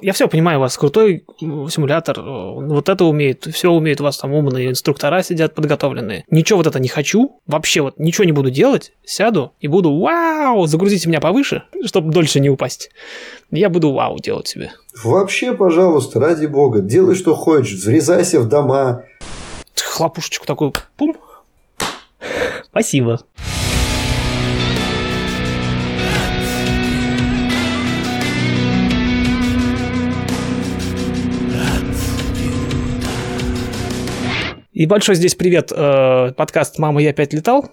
Я все понимаю, у вас крутой симулятор, вот это умеет, все умеет, у вас там умные инструктора сидят подготовленные. Ничего вот это не хочу, вообще вот ничего не буду делать, сяду и буду вау, загрузите меня повыше, чтобы дольше не упасть. Я буду вау делать себе. Вообще, пожалуйста, ради бога, делай, что хочешь, врезайся в дома. Хлопушечку такую, пум. Спасибо. И большой здесь привет, подкаст «Мама, я опять летал»,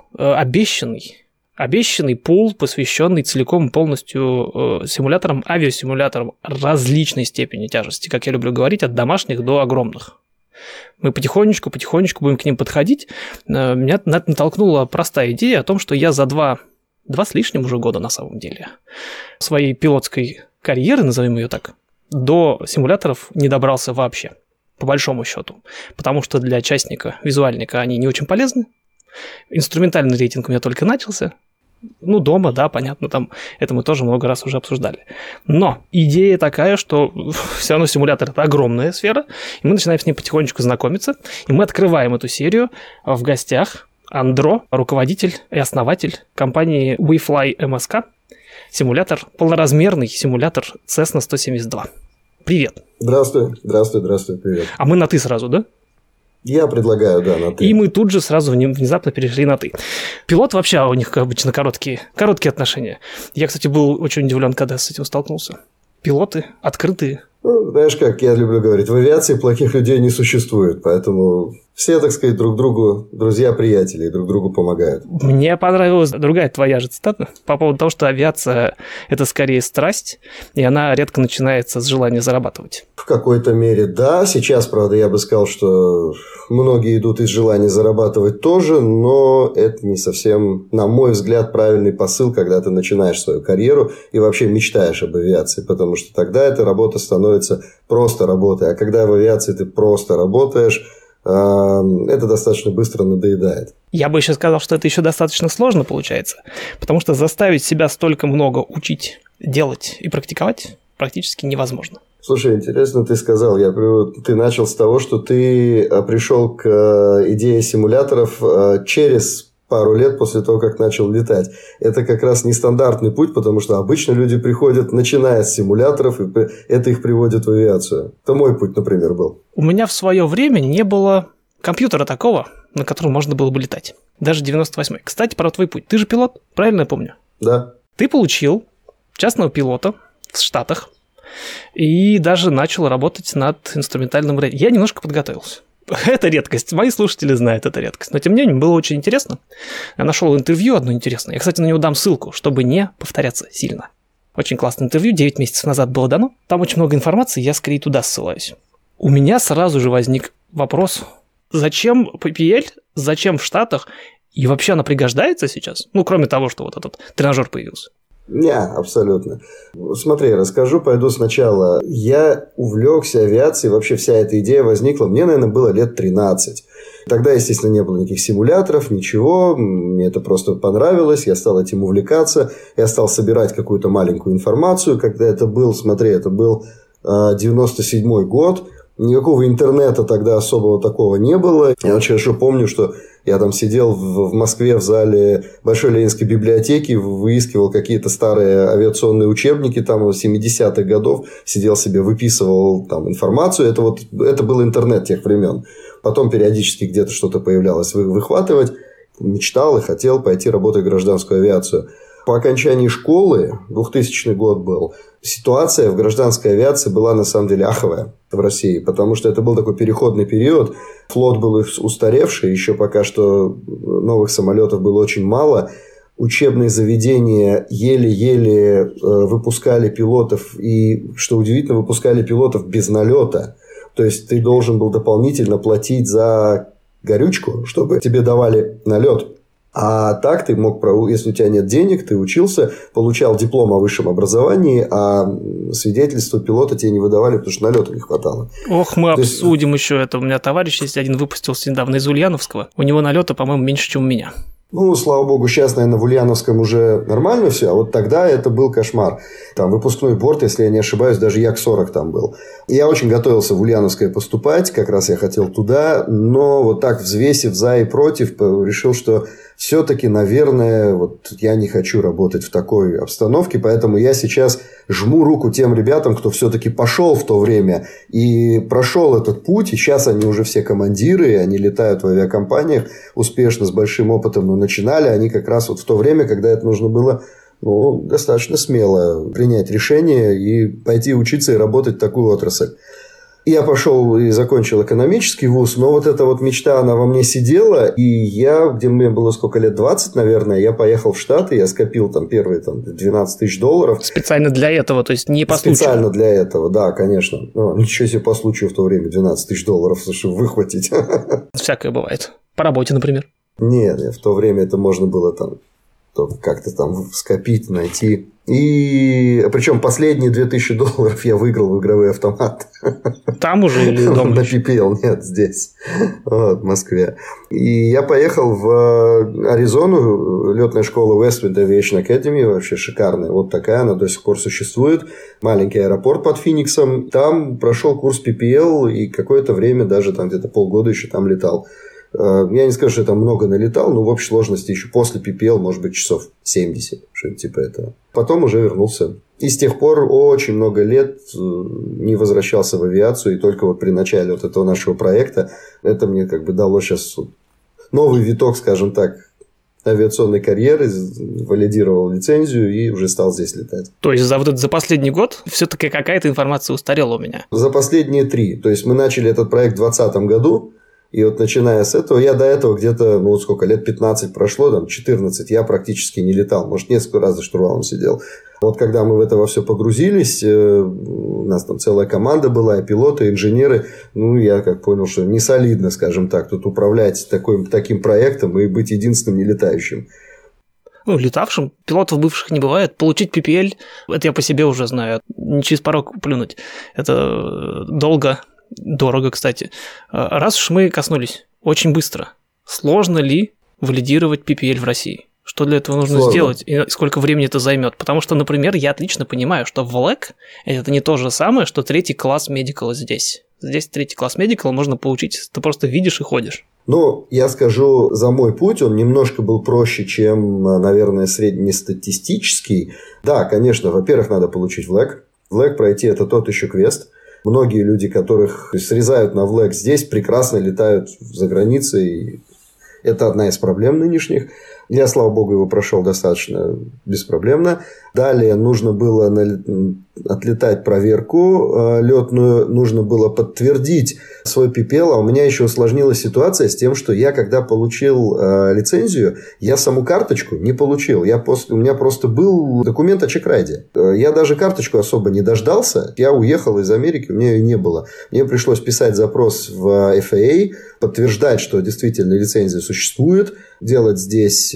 обещанный пул, посвященный целиком и полностью симуляторам, авиасимуляторам различной степени тяжести, как я люблю говорить, от домашних до огромных. Мы потихонечку будем к ним подходить. Меня натолкнула простая идея о том, что я за два с лишним уже года на самом деле своей пилотской карьеры, назовем ее так, до симуляторов не добрался вообще. По большому счету. Потому что для частника, визуальника они не очень полезны. Инструментальный рейтинг у меня только начался. Ну, дома, да, понятно, там это мы тоже много раз уже обсуждали. Но идея такая, что все равно симулятор – это огромная сфера, и мы начинаем с ней потихонечку знакомиться, и мы открываем эту серию в гостях Андро, руководитель и основатель компании WeFly MSK, симулятор, полноразмерный симулятор Cessna 172. Привет. Здравствуй, привет. А мы на «ты» сразу, да? Я предлагаю, да, на «ты». И мы тут же сразу внезапно перешли на «ты». Пилот вообще у них, как обычно, короткие отношения. Я, кстати, был очень удивлен, когда с этим столкнулся. Пилоты открытые. Ну, знаешь, как я люблю говорить, в авиации плохих людей не существует, поэтому все, так сказать, друг другу друзья-приятели, друг другу помогают. Мне понравилась другая твоя же цитата по поводу того, что авиация – это скорее страсть, и она редко начинается с желания зарабатывать. В какой-то мере, да. Сейчас, правда, я бы сказал, что многие идут из желания зарабатывать тоже, но это не совсем, на мой взгляд, правильный посыл, когда ты начинаешь свою карьеру и вообще мечтаешь об авиации, потому что тогда эта работа становится просто работой, а когда в авиации ты просто работаешь, это достаточно быстро надоедает. Я бы еще сказал, что это еще достаточно сложно получается, потому что заставить себя столько много учить, делать и практиковать практически невозможно. Слушай, интересно ты сказал, ты начал с того, что ты пришел к идее симуляторов через пару лет после того, как начал летать. Это как раз нестандартный путь, потому что обычно люди приходят, начиная с симуляторов, и это их приводит в авиацию. Это мой путь, например, был. У меня в свое время не было компьютера такого, на котором можно было бы летать. Даже 98-й. Кстати, про твой путь. Ты же пилот, правильно я помню? Да. Ты получил частного пилота в Штатах и даже начал работать над инструментальным рейтингом. Я немножко подготовился. Это редкость. Мои слушатели знают, это редкость. Но, тем не менее, было очень интересно. Я нашел интервью одно интересное. Я, кстати, на него дам ссылку, чтобы не повторяться сильно. Очень классное интервью. 9 месяцев назад было дано. Там очень много информации, я скорее туда ссылаюсь. У меня сразу же возник вопрос. Зачем PPL? Зачем в Штатах? И вообще она пригождается сейчас? Ну, кроме того, что вот этот тренажер появился. Не, абсолютно. Смотри, расскажу, пойду сначала. Я увлекся авиацией, вообще вся эта идея возникла, мне, наверное, было лет 13. Тогда, естественно, не было никаких симуляторов, ничего, мне это просто понравилось, я стал этим увлекаться, я стал собирать какую-то маленькую информацию, когда это был, смотри, это был 97-й год, никакого интернета тогда особого такого не было. Я очень хорошо помню, что я там сидел в Москве в зале Большой Ленинской библиотеки, выискивал какие-то старые авиационные учебники там 70-х годов, сидел себе, выписывал там информацию. Это был интернет тех времен. Потом периодически где-то что-то появлялось выхватывать. Мечтал и хотел пойти работать в гражданскую авиацию. По окончании школы, 2000 год был, ситуация в гражданской авиации была на самом деле аховая в России, потому что это был такой переходный период, флот был устаревший, еще пока что новых самолетов было очень мало, учебные заведения еле-еле выпускали пилотов, и, что удивительно, выпускали пилотов без налета, то есть ты должен был дополнительно платить за горючку, чтобы тебе давали налет. А так ты мог, если у тебя нет денег, ты учился, получал диплом о высшем образовании, а свидетельство пилота тебе не выдавали, потому что налета не хватало. Ох, мы обсудим еще это. У меня товарищ есть один выпустился недавно из Ульяновского. У него налета, по-моему, меньше, чем у меня. Ну, слава богу, сейчас, наверное, в Ульяновском уже нормально все, а вот тогда это был кошмар. Там выпускной борт, если я не ошибаюсь, даже Як-40 там был. Я очень готовился в Ульяновское поступать, как раз я хотел туда, но вот так, взвесив за и против, решил, что все-таки, наверное, вот я не хочу работать в такой обстановке, поэтому я сейчас жму руку тем ребятам, кто все-таки пошел в то время и прошел этот путь, и сейчас они уже все командиры, они летают в авиакомпаниях успешно, с большим опытом, но начинали они как раз вот в то время, когда это нужно было достаточно смело принять решение и пойти учиться и работать в такую отрасль. Я пошел и закончил экономический вуз, но вот эта вот мечта, она во мне сидела, и я, где мне было сколько лет, 20, наверное, я поехал в Штаты, я скопил там первые $12 тысяч. Специально для этого, то есть не по случаю? Специально для этого, да, конечно. Ничего себе по случаю в то время $12 тысяч, слушай, выхватить. Всякое бывает. По работе, например. Нет, в то время это можно было там как-то там скопить, найти. И причем последние $2000 я выиграл в игровые автоматы. Там уже или дома? На PPL, нет, здесь, в Москве. И я поехал в Аризону, летная школа Westwood Aviation Academy, вообще шикарная, вот такая, она до сих пор существует. Маленький аэропорт под Фениксом. Там прошел курс PPL и какое-то время, даже там где-то полгода еще там летал. Я не скажу, что я там много налетал, но в общей сложности еще после PPL, может быть, часов 70, что-то типа этого. Потом уже вернулся. И с тех пор очень много лет не возвращался в авиацию. И только вот при начале вот этого нашего проекта это мне как бы дало сейчас новый виток, скажем так, авиационной карьеры, валидировал лицензию и уже стал здесь летать. То есть за последний год все-таки какая-то информация устарела у меня? За последние 3. То есть мы начали этот проект в 2020 году. И вот начиная с этого, я до этого где-то, сколько, лет 15 прошло, там 14, я практически не летал. Может, несколько раз за штурвалом сидел. Вот когда мы в это во все погрузились, у нас там целая команда была, и пилоты, и инженеры. Я как понял, что не солидно, скажем так, тут управлять таким проектом и быть единственным нелетающим. Летавшим пилотов бывших не бывает. Получить PPL, это я по себе уже знаю. Не через порог плюнуть. Это долго. Дорого, кстати. Раз уж мы коснулись, очень быстро. Сложно ли валидировать PPL в России? Что для этого нужно сделать и сколько времени это займет? Потому что, например, я отлично понимаю, что в LEC это не то же самое, что 3-й класс медикала здесь. Здесь 3-й класс медикала можно получить, ты просто видишь и ходишь. Я скажу, за мой путь он немножко был проще, чем, наверное, среднестатистический. Да, конечно, во-первых, надо получить в LEC пройти это тот еще квест. Многие люди, которых срезают на ВЛЭК здесь, прекрасно летают за границей. Это одна из проблем нынешних. Я, слава богу, его прошел достаточно беспроблемно. Далее нужно было отлетать проверку летную, нужно было подтвердить свой PPL. А у меня еще усложнилась ситуация с тем, что я, когда получил лицензию, я саму карточку не получил. У меня просто был документ о чекрайде. Я даже карточку особо не дождался. Я уехал из Америки, у меня ее не было. Мне пришлось писать запрос в FAA, подтверждать, что действительно лицензия существует, делать здесь,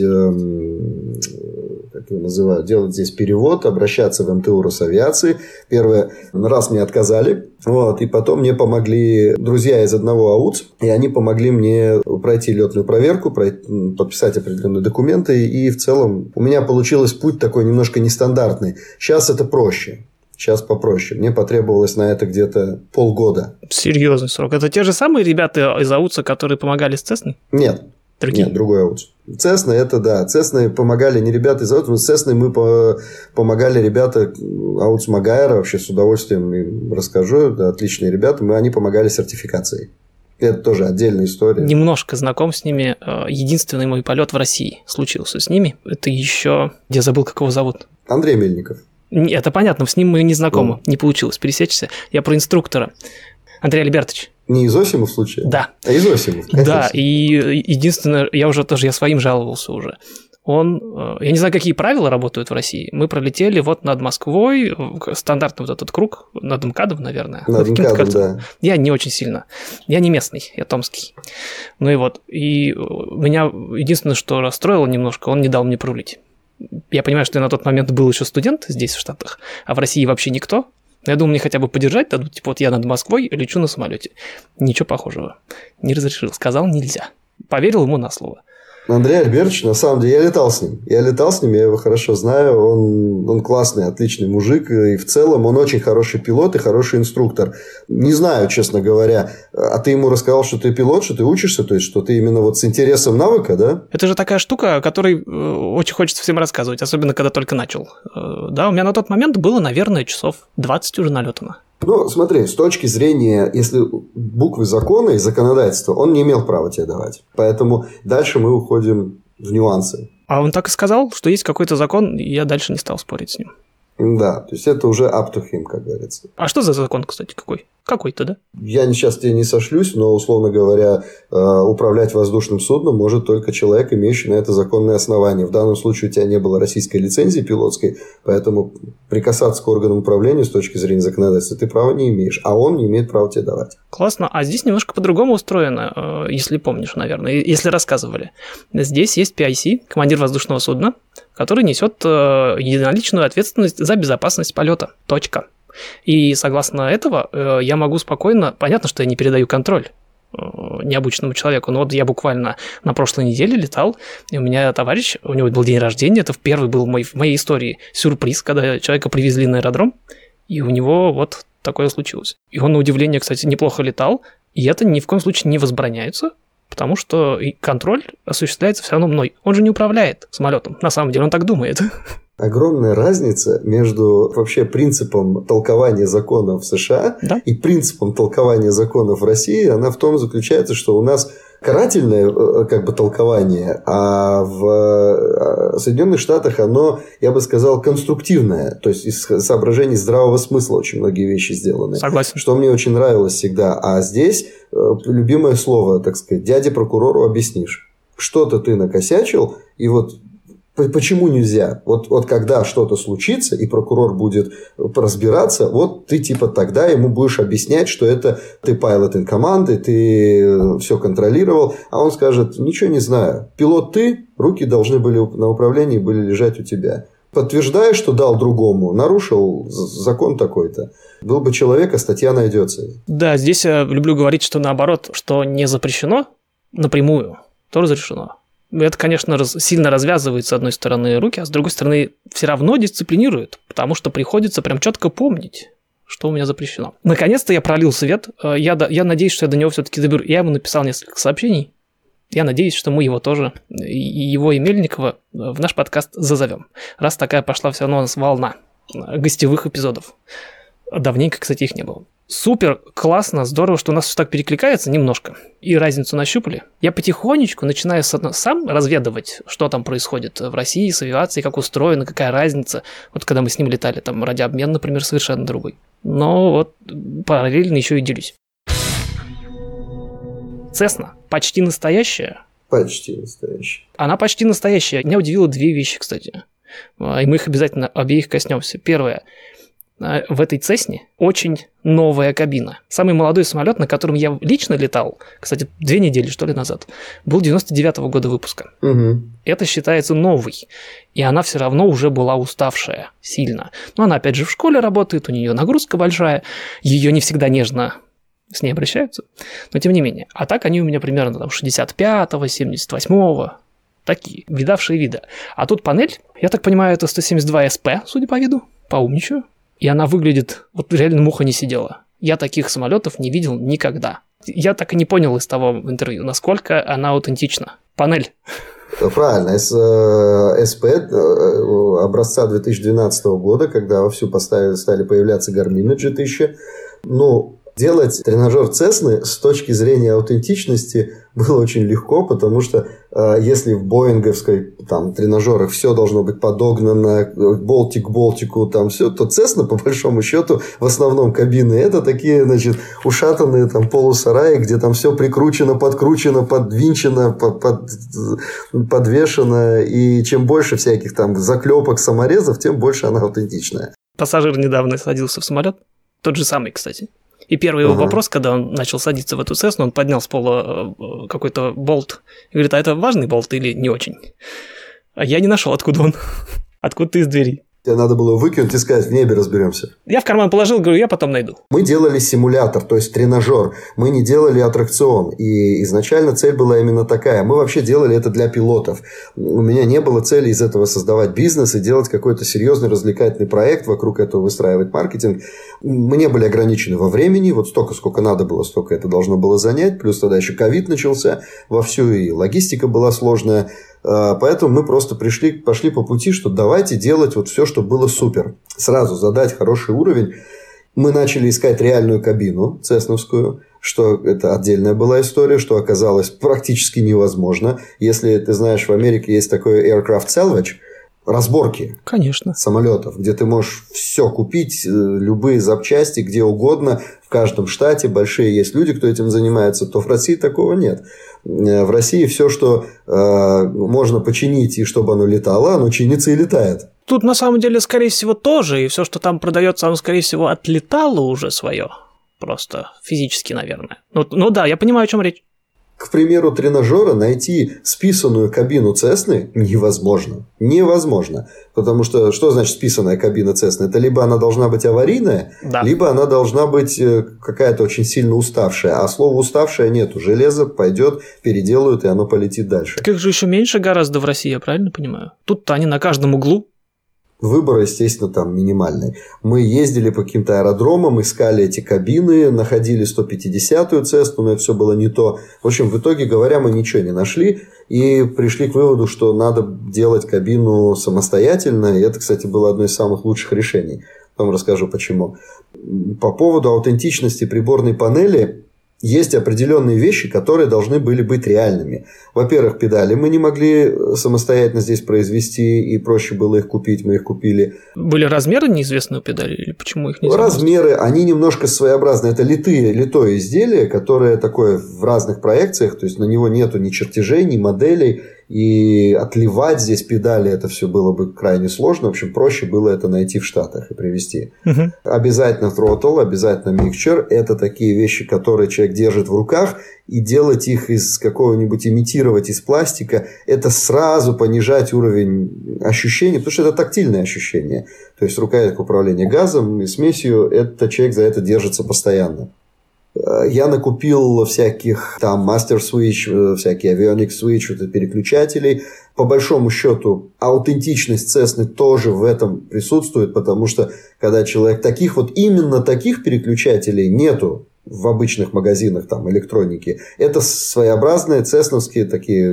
как его называют, делать здесь перевод, обращаться в МТУ Росавиации. Первый раз мне отказали, и потом мне помогли друзья из одного АУЦ, и они помогли мне пройти летную проверку, подписать определенные документы, и в целом у меня получился путь такой немножко нестандартный. Сейчас это проще. Сейчас попроще. Мне потребовалось на это где-то полгода. Серьезный срок. Это те же самые ребята из АУЦа, которые помогали с Цесной? Нет. Другие? Нет, другой АУЦ. Цесна, это да. Цесны помогали не ребята из АУЦ, но с Цесной мы помогали ребята АУЦ Магайра. Вообще с удовольствием им расскажу. Да, отличные ребята. Они помогали сертификацией. Это тоже отдельная история. Немножко знаком с ними. Единственный мой полет в России случился с ними. Это еще... Я забыл, как его зовут. Андрей Мельников. Это понятно, с ним мы не знакомы. Не получилось пересечься. Я про инструктора. Андрей Альбертович. Не Изосимов в случае? Да. А Изосимов? Да, и единственное, я своим жаловался уже. Я не знаю, какие правила работают в России. Мы пролетели над Москвой, стандартный этот круг, над МКАДом, наверное. Над МКАДом, да. Я не очень сильно. Я не местный, я томский. И меня единственное, что расстроило немножко, он не дал мне пролететь. Я понимаю, что я на тот момент был еще студент здесь, в Штатах, а в России вообще никто. Я думал, мне хотя бы подержать дадут. Я над Москвой лечу на самолете. Ничего похожего. Не разрешил. Сказал, нельзя. Поверил ему на слово. Андрей Альбертович, на самом деле, я летал с ним, я его хорошо знаю, он классный, отличный мужик, и в целом он очень хороший пилот и хороший инструктор. Не знаю, честно говоря, а ты ему рассказал, что ты пилот, что ты учишься, то есть, что ты именно вот с интересом навыка, да? Это же такая штука, о которой очень хочется всем рассказывать, особенно когда только начал. Да, у меня на тот момент было, наверное, часов 20 уже налетано. Ну, смотри, с точки зрения, если буквы закона и законодательства, он не имел права тебе давать. Поэтому дальше мы уходим в нюансы. А он так и сказал, что есть какой-то закон, и я дальше не стал спорить с ним. Да, то есть это уже up to him, как говорится. А что за закон, кстати, какой? Какой-то, да? Я сейчас тебе не сошлюсь, но, условно говоря, управлять воздушным судном может только человек, имеющий на это законное основание. В данном случае у тебя не было российской лицензии пилотской, поэтому прикасаться к органам управления с точки зрения законодательства ты права не имеешь, а он не имеет права тебе давать. Классно. А здесь немножко по-другому устроено, если помнишь, наверное, если рассказывали. Здесь есть PIC, командир воздушного судна, который несет единоличную ответственность за безопасность полета. Точка. И согласно этого я могу спокойно... Понятно, что я не передаю контроль необученному человеку, но вот я буквально на прошлой неделе летал, и у меня товарищ, у него был день рождения, это первый был в моей истории сюрприз, когда человека привезли на аэродром, и у него вот такое случилось. И он, на удивление, кстати, неплохо летал, и это ни в коем случае не возбраняется, потому что контроль осуществляется все равно мной. Он же не управляет самолетом, на самом деле он так думает. Огромная разница между вообще принципом толкования законов в США и принципом толкования законов в России, она в том заключается, что у нас карательное как бы толкование, а в Соединенных Штатах оно, я бы сказал, конструктивное, то есть из соображений здравого смысла очень многие вещи сделаны. Согласен. Что мне очень нравилось всегда. А здесь любимое слово, так сказать, дяде прокурору объяснишь. Что-то ты накосячил, и вот почему нельзя? Вот когда что-то случится, и прокурор будет разбираться, вот ты типа тогда ему будешь объяснять, что это ты pilot in command, и ты все контролировал, а он скажет, ничего не знаю, пилот ты, руки должны были на управлении были лежать у тебя. Подтверждаешь, что дал другому, нарушил закон такой-то. Был бы человек, а статья найдется. Да, здесь я люблю говорить, что наоборот, что не запрещено напрямую, то разрешено. Это, конечно, сильно развязывает, с одной стороны, руки, а с другой стороны, все равно дисциплинирует, потому что приходится прям четко помнить, что у меня запрещено. Наконец-то я пролил свет. Я надеюсь, что я до него все-таки доберу. Я ему написал несколько сообщений. Я надеюсь, что мы его тоже, и его, и Мельникова, в наш подкаст зазовем. Раз такая пошла все равно у нас волна гостевых эпизодов. Давненько, кстати, их не было. Супер, классно, здорово, что у нас все так перекликается немножко. И разницу нащупали. Я потихонечку начинаю сам разведывать, что там происходит в России с авиацией, как устроено, какая разница. Вот когда мы с ним летали, там радиообмен, например, совершенно другой. Но вот параллельно еще и делюсь. Цесна почти настоящая. Почти настоящая. Она почти настоящая. Меня удивило две вещи, кстати. И мы их обязательно обеих коснемся. Первое. В этой Цесне очень новая кабина. Самый молодой самолет, на котором я лично летал, кстати, 2 недели, что ли, назад, был 99-го года выпуска. Угу. Это считается новый. И она все равно уже была уставшая сильно. Но она, опять же, в школе работает, у нее нагрузка большая, ее не всегда нежно с ней обращаются. Но тем не менее. А так они у меня примерно там 65-го, 78-го. Такие, видавшие вида. А тут панель, я так понимаю, это 172 СП, судя по виду, поумничаю. И она выглядит, вот реально муха не сидела. Я таких самолетов не видел никогда. Я так и не понял из того интервью, насколько она аутентична. Панель. Правильно. СП образца 2012 года, когда вовсю стали появляться Гармины G1000. Делать тренажер Цесны с точки зрения аутентичности было очень легко, потому что если в боинговской тренажерах все должно быть подогнано, болтик к болтику, там все, то Цесна, по большому счету, в основном кабины, это такие, ушатанные полусараи, где там все прикручено, подкручено, подвинчено, подвешено, и чем больше всяких заклепок, саморезов, тем больше она аутентичная. Пассажир недавно садился в самолет, тот же самый, кстати. И первый его вопрос, когда он начал садиться в эту Цесну, он поднял с пола какой-то болт и говорит, а это важный болт или не очень? А я не нашел, откуда он. Откуда-то из двери. Тебе надо было выкинуть и сказать, в небе разберемся. Я в карман положил, говорю, я потом найду. Мы делали симулятор, то есть тренажер. Мы не делали аттракцион. И изначально цель была именно такая. Мы вообще делали это для пилотов. У меня не было цели из этого создавать бизнес и делать какой-то серьезный развлекательный проект, вокруг этого выстраивать маркетинг. Мы не были ограничены во времени. Вот столько, сколько надо было, столько это должно было занять. Плюс тогда еще ковид начался вовсю, и логистика была сложная. Поэтому мы просто пошли по пути, что давайте делать вот все, что было супер. Сразу задать хороший уровень. Мы начали искать реальную кабину цесновскую, что это отдельная была история, что оказалось практически невозможно. Если ты знаешь, в Америке есть такой aircraft salvage, разборки, конечно, самолетов, где ты можешь все купить, любые запчасти, где угодно, в каждом штате большие есть люди, кто этим занимается, то в России такого нет. В России все, что можно починить и чтобы оно летало, оно чинится и летает. Тут на самом деле, скорее всего, тоже, и все, что там продается, оно, скорее всего, отлетало уже свое, просто физически, наверное. Ну да, я понимаю, о чем речь. К примеру, тренажера найти списанную кабину Цесны невозможно. Невозможно. Потому что значит списанная кабина Цесны? Это либо она должна быть аварийная, да, либо она должна быть какая-то очень сильно уставшая. А слова уставшая нету. Железо пойдет, переделают, и оно полетит дальше. Как же еще меньше гораздо в России, я правильно понимаю? Тут-то они на каждом углу. Выбор, естественно, там минимальный. Мы ездили по каким-то аэродромам, искали эти кабины, находили 150-ю Цесну, но это все было не то. В общем, в итоге говоря, мы ничего не нашли и пришли к выводу, что надо делать кабину самостоятельно. И это, кстати, было одно из самых лучших решений. Потом расскажу, почему. По поводу аутентичности приборной панели есть определенные вещи, которые должны были быть реальными. Во-первых, педали мы не могли самостоятельно здесь произвести, и проще было их купить, мы их купили. Были размеры неизвестные у педалей, или почему их нельзя? Размеры, они немножко своеобразные. Это литое изделие, которое такое в разных проекциях, то есть на него нету ни чертежей, ни моделей, и отливать здесь педали, это все было бы крайне сложно. В общем, проще было это найти в Штатах и привезти. Угу. Обязательно throttle, обязательно mixture. Это такие вещи, которые человек держит в руках, и делать их из какого-нибудь, имитировать из пластика, это сразу понижать уровень ощущений, потому что это тактильное ощущение. То есть рукоятка управления газом и смесью, это человек за это держится постоянно. Я накупил всяких там Master Switch, всякие Avionics Switch, вот переключателей. По большому счету, аутентичность Cessna тоже в этом присутствует, потому что когда человек именно таких переключателей нету в обычных магазинах там, электроники. Это своеобразные цесновские такие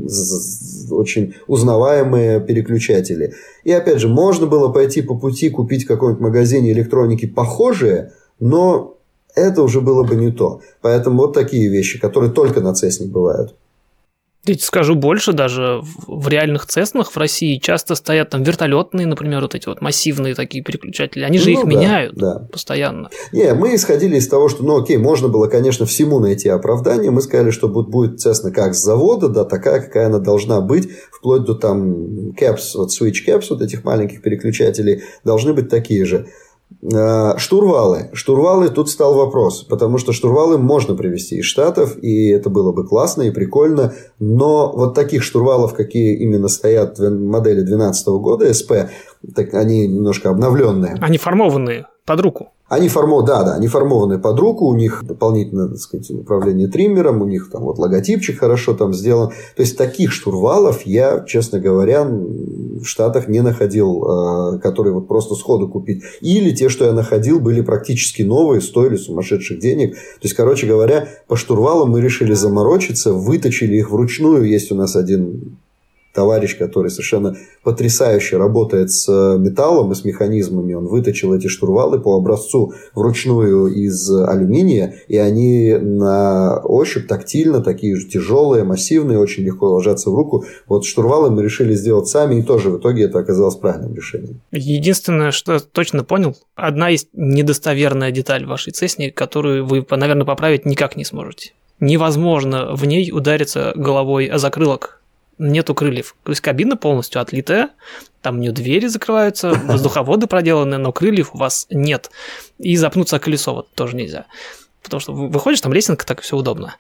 очень узнаваемые переключатели. И опять же, можно было пойти по пути купить в каком-нибудь магазине электроники похожие, но это уже было бы не то. Поэтому вот такие вещи, которые только на Цесне бывают. Я тебе скажу больше, даже в реальных Цеснах в России часто стоят там вертолетные, например, вот эти вот массивные такие переключатели. Они же их меняют постоянно. Не, мы исходили из того, что, можно было, конечно, всему найти оправдание. Мы сказали, что будет Цесна как с завода, да, такая, какая она должна быть, вплоть до там caps, вот switch caps, вот этих маленьких переключателей, должны быть такие же. Штурвалы. Штурвалы, тут стал вопрос, потому что штурвалы можно привезти из Штатов, и это было бы классно и прикольно, но вот таких штурвалов, какие именно стоят в модели 2012 года SP, так они немножко обновленные. Они формованные под руку. Они формованные под руку, у них дополнительное, так сказать, управление триммером, у них там вот логотипчик хорошо там сделан. То есть таких штурвалов я, честно говоря, в Штатах не находил, которые вот просто сходу купить. Или те, что я находил, были практически новые, стоили сумасшедших денег. То есть, короче говоря, по штурвалам мы решили заморочиться, выточили их вручную. Есть у нас один товарищ, который совершенно потрясающе работает с металлом и с механизмами. Он выточил эти штурвалы по образцу вручную из алюминия, и они на ощупь тактильно такие же тяжелые, массивные, очень легко ложатся в руку. Вот штурвалы мы решили сделать сами, и тоже в итоге это оказалось правильным решением. Единственное, что точно понял, одна есть недостоверная деталь в вашей Цесне, которую вы, наверное, поправить никак не сможете. Невозможно в ней удариться головой о закрылок. Нету крыльев. То есть кабина полностью отлитая, там у нее двери закрываются, воздуховоды проделаны, но крыльев у вас нет. И запнуться о колесо вот тоже нельзя. Потому что выходишь, там лесенка, так все удобно.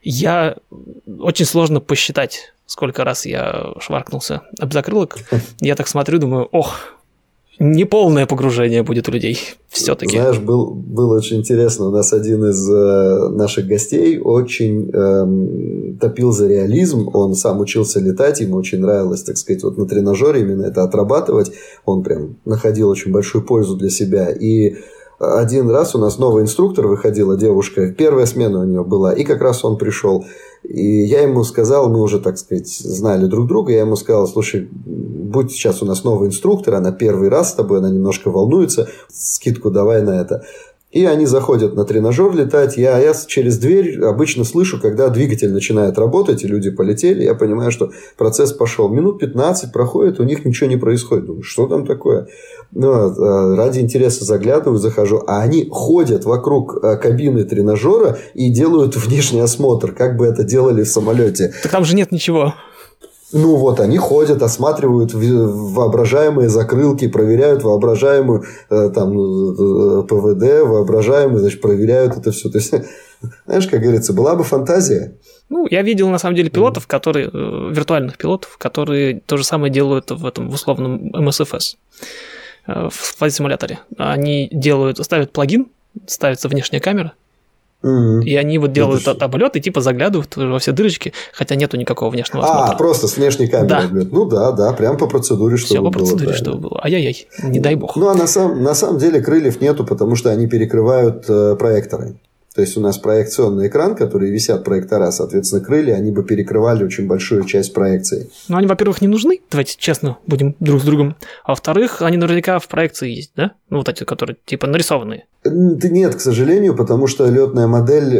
Очень сложно посчитать, сколько раз я шваркнулся об закрылок. Я так смотрю, думаю, неполное погружение будет у людей все-таки. Знаешь, было очень интересно. У нас один из наших гостей очень топил за реализм. Он сам учился летать, ему очень нравилось, так сказать, вот на тренажере именно это отрабатывать. Он прям находил очень большую пользу для себя. И один раз у нас новый инструктор выходила, девушка, первая смена у нее была, и как раз он пришел. И я ему сказал, мы уже, так сказать, знали друг друга, я ему сказал: слушай, будь сейчас у нас новый инструктор, она первый раз с тобой, она немножко волнуется, скидку давай на это. И они заходят на тренажер летать. Я через дверь обычно слышу, когда двигатель начинает работать, и люди полетели. Я понимаю, что процесс пошел. Минут 15 проходит, у них ничего не происходит. Думаю, что там такое? Ради интереса заглядываю, захожу. А они ходят вокруг кабины тренажера и делают внешний осмотр, как бы это делали в самолете. Так там же нет ничего. Ну вот, они ходят, осматривают воображаемые закрылки, проверяют воображаемую там ПВД, воображаемые, значит, проверяют это все. То есть, знаешь, как говорится, была бы фантазия. Ну, я видел, на самом деле, пилотов, виртуальных пилотов, которые то же самое делают в условном МСФС, в флайт-симуляторе. Они ставят плагин, ставится внешняя камера, и они вот делают облет и типа заглядывают во все дырочки, хотя нету никакого внешнего осмотра. Просто с внешней камерой облет. Ну да, прям по процедуре, чтобы было. Все по процедуре, чтобы было. Ай-яй-яй, не дай бог. Ну, а на самом деле крыльев нету, потому что они перекрывают проекторы. То есть, у нас проекционный экран, который висят проектора, соответственно, крылья, они бы перекрывали очень большую часть проекции. Ну, они, во-первых, не нужны, давайте честно будем друг с другом. А во-вторых, они наверняка в проекции есть, да? Ну, вот эти, которые типа нарисованные. Нет, к сожалению, потому что летная модель,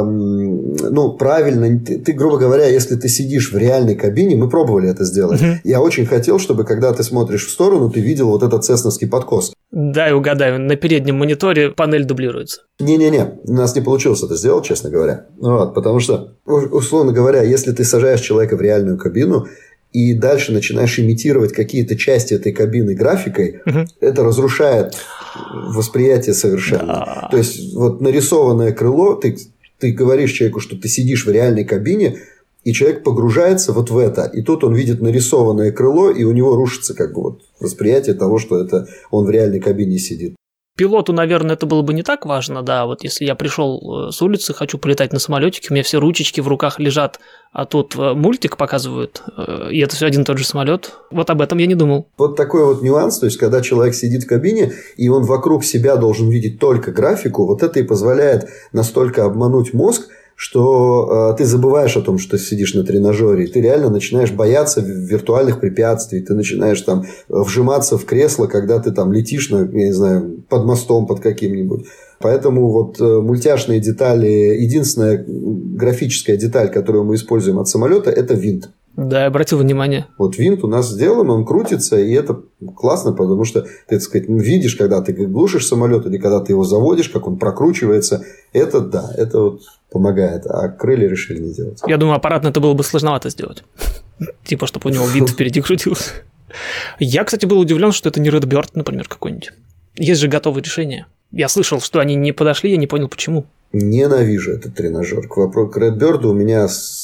правильно, ты, грубо говоря, если ты сидишь в реальной кабине, мы пробовали это сделать. Я очень хотел, чтобы, когда ты смотришь в сторону, ты видел вот этот цесновский подкос. Да, и угадаю, на переднем мониторе панель дублируется. Не-не-не, у нас не получилось это сделать, честно говоря. Потому что, условно говоря, если ты сажаешь человека в реальную кабину и дальше начинаешь имитировать какие-то части этой кабины графикой, это разрушает восприятие совершенно. Да. То есть, вот нарисованное крыло, ты говоришь человеку, что ты сидишь в реальной кабине, и человек погружается вот в это. И тут он видит нарисованное крыло, и у него рушится как бы вот восприятие того, что это он в реальной кабине сидит. Пилоту, наверное, это было бы не так важно, да, вот если я пришел с улицы, хочу полетать на самолетике, у меня все ручечки в руках лежат, а тут мультик показывают, и это все один и тот же самолет. Вот об этом я не думал. Вот такой вот нюанс, то есть, когда человек сидит в кабине, и он вокруг себя должен видеть только графику, вот это и позволяет настолько обмануть мозг, что ты забываешь о том, что ты сидишь на тренажере, и ты реально начинаешь бояться виртуальных препятствий, ты начинаешь там вжиматься в кресло, когда ты там летишь, я не знаю, под мостом, под каким-нибудь. Поэтому вот мультяшные детали, единственная графическая деталь, которую мы используем от самолета, это винт. Да, я обратил внимание. Вот винт у нас сделан, он крутится, и это классно, потому что ты, так сказать, видишь, когда ты глушишь самолет или когда ты его заводишь, как он прокручивается. Это да, это вот помогает. А крылья решили не делать. Я думаю, аппаратно это было бы сложновато сделать. Типа, чтобы у него винт впереди крутился. Я, кстати, был удивлен, что это не Redbird, например, какой-нибудь. Есть же готовые решения. Я слышал, что они не подошли, я не понял, почему. Ненавижу этот тренажер. К Redbird у меня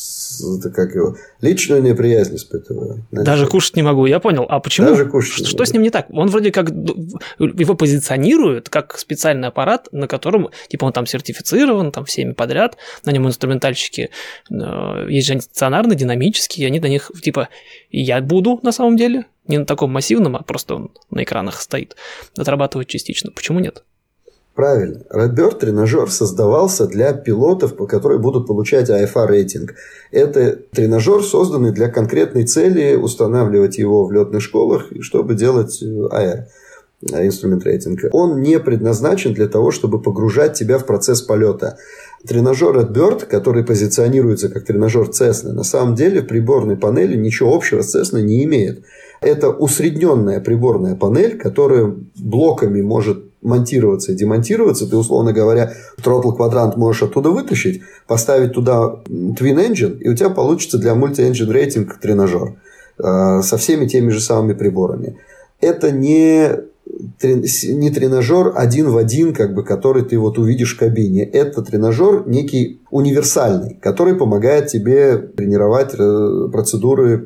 личную неприязнь испытываю. Даже кушать не могу, я понял. А почему? Даже кушать что с ним не так? Он вроде как его позиционируют как специальный аппарат, на котором типа он там сертифицирован, там всеми подряд, на нем инструментальщики есть же стационарные, динамические, они на них типа я буду на самом деле не на таком массивном, а просто он на экранах стоит, отрабатывать частично. Почему нет? Правильно. Redbird тренажер создавался для пилотов, которые будут получать IFR рейтинг. Это тренажер, созданный для конкретной цели, устанавливать его в летных школах, чтобы делать AR, инструмент рейтинг. Он не предназначен для того, чтобы погружать тебя в процесс полета. Тренажер Redbird, который позиционируется как тренажер Cessna, на самом деле в приборной панели ничего общего с Cessna не имеет. Это усредненная приборная панель, которая блоками может монтироваться и демонтироваться. Ты, условно говоря, throttle-квадрант можешь оттуда вытащить, поставить туда Twin Engine, и у тебя получится для Multi-Engine Rating тренажер со всеми теми же самыми приборами. Это не тренажер один в один, как бы, который ты вот увидишь в кабине. Это тренажер некий универсальный, который помогает тебе тренировать процедуры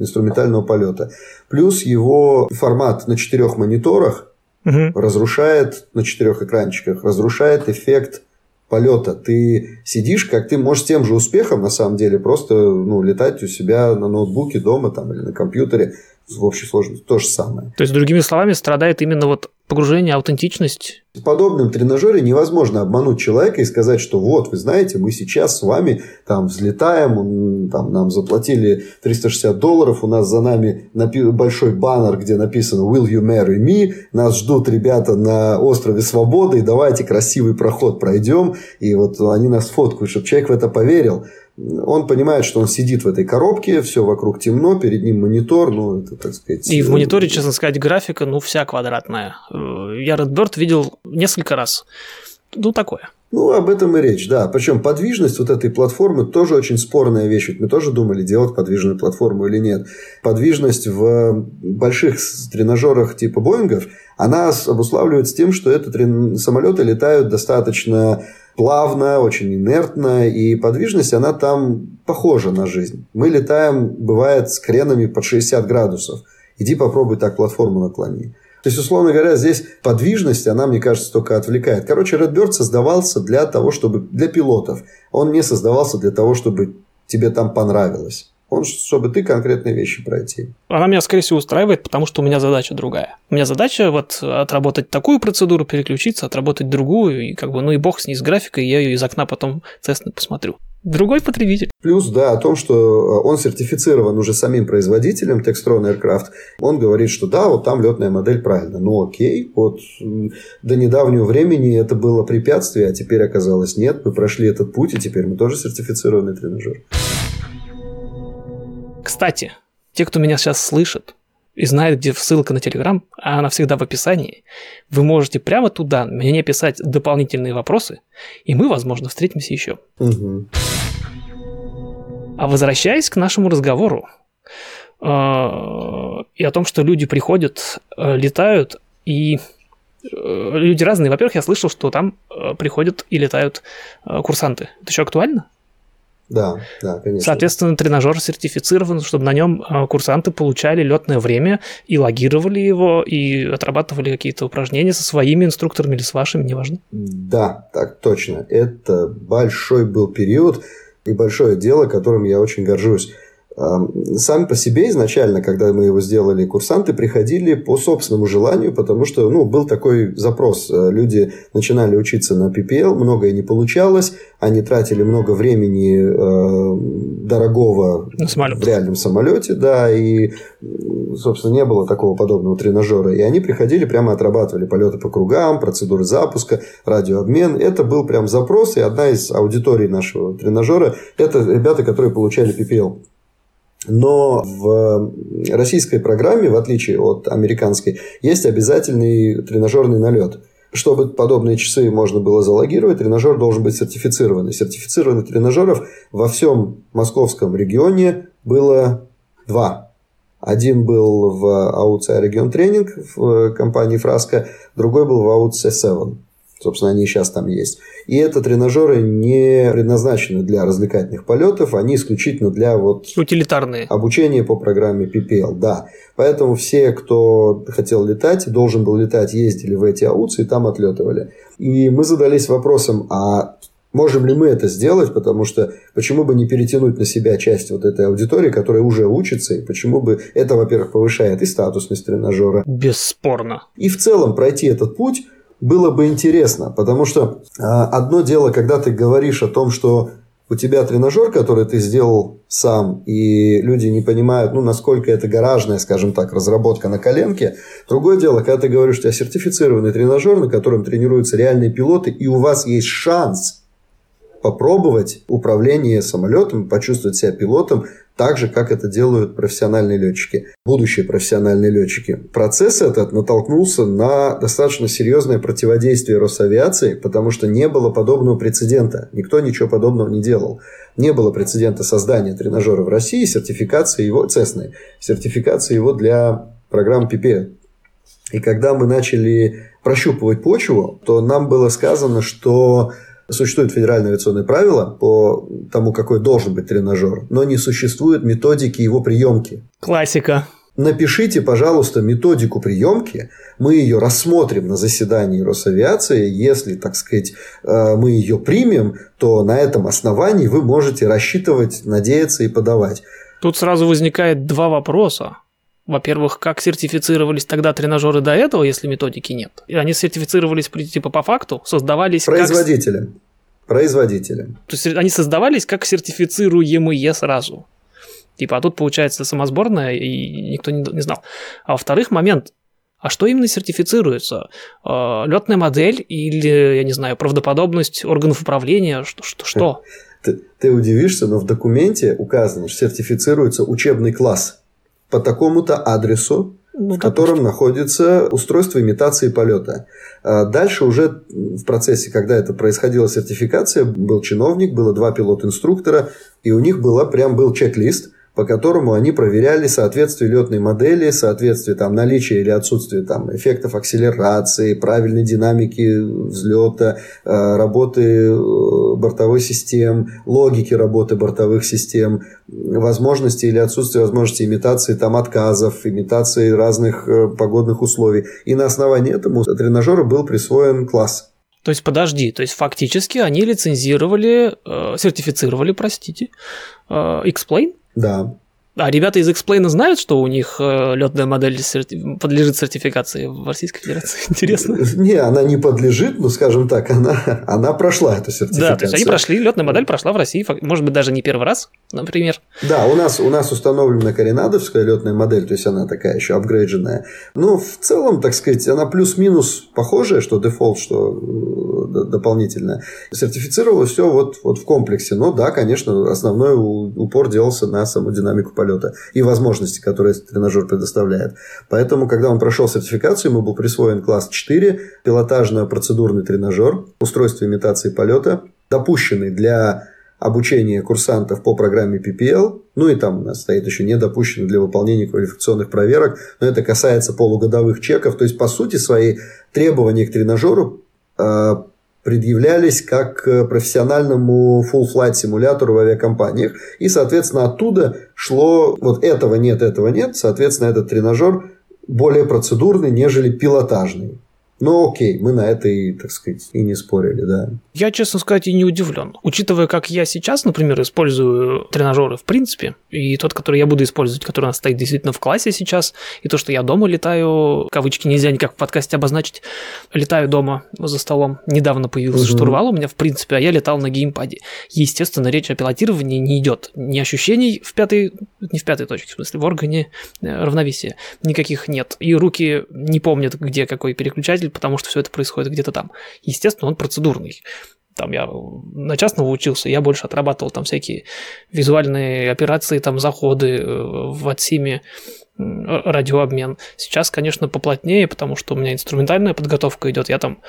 инструментального полета. Плюс его формат на 4 мониторах разрушает, на 4 экранчиках, разрушает эффект полета. Ты сидишь, как ты можешь с тем же успехом, на самом деле, просто летать у себя на ноутбуке дома там, или на компьютере в общей сложности. То же самое. То есть, другими словами, страдает именно погружение, аутентичность. В подобном тренажере невозможно обмануть человека и сказать, что вот, вы знаете, мы сейчас с вами там взлетаем, там нам заплатили $360, у нас за нами большой баннер, где написано «Will you marry me?», нас ждут ребята на острове Свободы, и давайте красивый проход пройдем, и вот они нас фоткают, чтобы человек в это поверил. Он понимает, что он сидит в этой коробке, все вокруг темно, перед ним монитор, это, так сказать... И в мониторе, честно сказать, графика, вся квадратная. Я Redbird видел несколько раз. Такое. Об этом и речь, да. Причем подвижность вот этой платформы тоже очень спорная вещь. Ведь мы тоже думали, делать подвижную платформу или нет. Подвижность в больших тренажерах типа Боингов, она обуславливается тем, что самолеты летают достаточно плавно, очень инертно, и подвижность, она там похожа на жизнь. Мы летаем, бывает, с кренами под 60 градусов. Иди попробуй так платформу наклони. То есть, условно говоря, здесь подвижность, она, мне кажется, только отвлекает. Redbird создавался для пилотов. Он не создавался для того, чтобы тебе там понравилось. Чтобы ты конкретные вещи пройти. Она меня, скорее всего, устраивает, потому что у меня задача другая. У меня задача отработать такую процедуру, переключиться, отработать другую, и и бог с ней, с графикой, я ее из окна потом Cessna посмотрю. Другой потребитель. Плюс, да, о том, что он сертифицирован уже самим производителем Textron Aircraft. Он говорит, что да, там летная модель правильно. Окей, до недавнего времени это было препятствие, а теперь оказалось нет. Мы прошли этот путь, и теперь мы тоже сертифицированный тренажер. Кстати, те, кто меня сейчас слышит и знает, где ссылка на Telegram, а она всегда в описании, вы можете прямо туда мне писать дополнительные вопросы, и мы, возможно, встретимся еще. Угу. А возвращаясь к нашему разговору и о том, что люди приходят, летают, и люди разные. Во-первых, я слышал, что там приходят и летают курсанты. Это еще актуально? Да, конечно. Соответственно, тренажер сертифицирован, чтобы на нем курсанты получали летное время и логировали его, и отрабатывали какие-то упражнения со своими инструкторами или с вашими, неважно. Да, так точно. Это большой был период и большое дело, которым я очень горжусь. Сами по себе изначально, когда мы его сделали, курсанты приходили по собственному желанию, потому что был такой запрос. Люди начинали учиться на PPL, многое не получалось, они тратили много времени дорогого в реальном самолете, да, и, собственно, не было такого подобного тренажера. И они приходили, прямо отрабатывали полеты по кругам, процедуры запуска, радиообмен. Это был прям запрос, и одна из аудиторий нашего тренажера – это ребята, которые получали PPL. Но в российской программе, в отличие от американской, есть обязательный тренажерный налет. Чтобы подобные часы можно было залогировать, тренажер должен быть сертифицированный. Сертифицированных тренажеров во всем московском регионе было 2. Один был в АУЦ «Регион Тренинг» в компании «Фраско», другой был в АУЦ «7». Собственно, они сейчас там есть. И это тренажеры не предназначены для развлекательных полетов, они исключительно для утилитарные. Обучения по программе PPL. Да. Поэтому все, кто хотел летать, должен был летать, ездили в эти АУЦы и там отлетывали. И мы задались вопросом, а можем ли мы это сделать, потому что почему бы не перетянуть на себя часть этой аудитории, которая уже учится, и почему бы это, во-первых, повышает и статусность тренажера. Бесспорно. И в целом пройти этот путь было бы интересно, потому что одно дело, когда ты говоришь о том, что у тебя тренажер, который ты сделал сам, и люди не понимают, насколько это гаражная, скажем так, разработка на коленке. Другое дело, когда ты говоришь, что у тебя сертифицированный тренажер, на котором тренируются реальные пилоты, и у вас есть шанс попробовать управление самолетом, почувствовать себя пилотом так же, как это делают профессиональные летчики, будущие профессиональные летчики. Процесс этот натолкнулся на достаточно серьезное противодействие Росавиации, потому что не было подобного прецедента. Никто ничего подобного не делал. Не было прецедента создания тренажера в России, сертификации его, Cessna, сертификации его для программ PPL. И когда мы начали прощупывать почву, то нам было сказано, что Существует федеральное авиационное правило по тому, какой должен быть тренажер, но не существует методики его приемки. Классика. Напишите, пожалуйста, методику приемки, мы ее рассмотрим на заседании Росавиации. Если, так сказать, мы ее примем, то на этом основании вы можете рассчитывать, надеяться и подавать. Тут сразу возникает два вопроса. Во-первых, как сертифицировались тогда тренажеры до этого, если методики нет? И они сертифицировались типа по факту, создавались производителем. Производителем. То есть они создавались как сертифицируемые сразу. Типа, а тут получается самосборная, и никто не знал. А во-вторых, момент, а что именно сертифицируется? Летная модель или, я не знаю, правдоподобность органов управления? Что? Ты удивишься, но в документе указано, что сертифицируется учебный класс по такому-то адресу, в котором находится устройство имитации полета. Дальше уже в процессе, когда это происходила сертификация, был чиновник, было 2 пилот-инструктора, и у них был чек-лист, по которому они проверяли соответствие летной модели, соответствие наличия или отсутствие эффектов акселерации, правильной динамики взлета, работы бортовой систем, логики работы бортовых систем, возможности или отсутствие возможности имитации отказов, имитации разных погодных условий. И на основании этому тренажеру был присвоен класс. То есть, подожди, фактически они сертифицировали, X-Plane? Да. А ребята из X-Plane знают, что у них летная модель подлежит сертификации в Российской Федерации? Интересно. Не, она не подлежит, но, скажем так, она прошла эту сертификацию. Да, то есть они прошли, летная модель прошла в России, может быть, даже не первый раз, например. Да, у нас установлена коренадовская летная модель, то есть она такая еще апгрейдженная. Но в целом, так сказать, она плюс-минус похожая, что дефолт, что дополнительное. Сертифицировалось все вот в комплексе. Но да, конечно, основной упор делался на саму динамику полета и возможности, которые этот тренажер предоставляет. Поэтому, когда он прошел сертификацию, ему был присвоен класс 4, пилотажно-процедурный тренажер, устройство имитации полета, допущенный для обучения курсантов по программе PPL. Ну и там у нас стоит еще не допущенный для выполнения квалификационных проверок. Но это касается полугодовых чеков. То есть, по сути, свои требования к тренажеру предъявлялись как к профессиональному full-flight симулятору в авиакомпаниях. И, соответственно, оттуда шло вот этого нет. Соответственно, этот тренажер более процедурный, нежели пилотажный. Но окей, мы на это и, так сказать, и не спорили, да. Я, честно сказать, и не удивлен. Учитывая, как я сейчас, например, использую тренажеры в принципе, и тот, который я буду использовать, который у нас стоит действительно в классе сейчас, и то, что я дома летаю, кавычки нельзя никак в подкасте обозначить, летаю дома за столом. Недавно появился штурвал у меня, в принципе, а я летал на геймпаде. Естественно, речь о пилотировании не идет. Ни ощущений не в пятой точке, в смысле, в органе равновесия никаких нет. И руки не помнят, где какой переключатель, потому что все это происходит где-то там. Естественно, он процедурный. Там я на частного учился, я больше отрабатывал там всякие визуальные операции, там заходы в АТСИМе, радиообмен. Сейчас, конечно, поплотнее, потому что у меня инструментальная подготовка идет, я там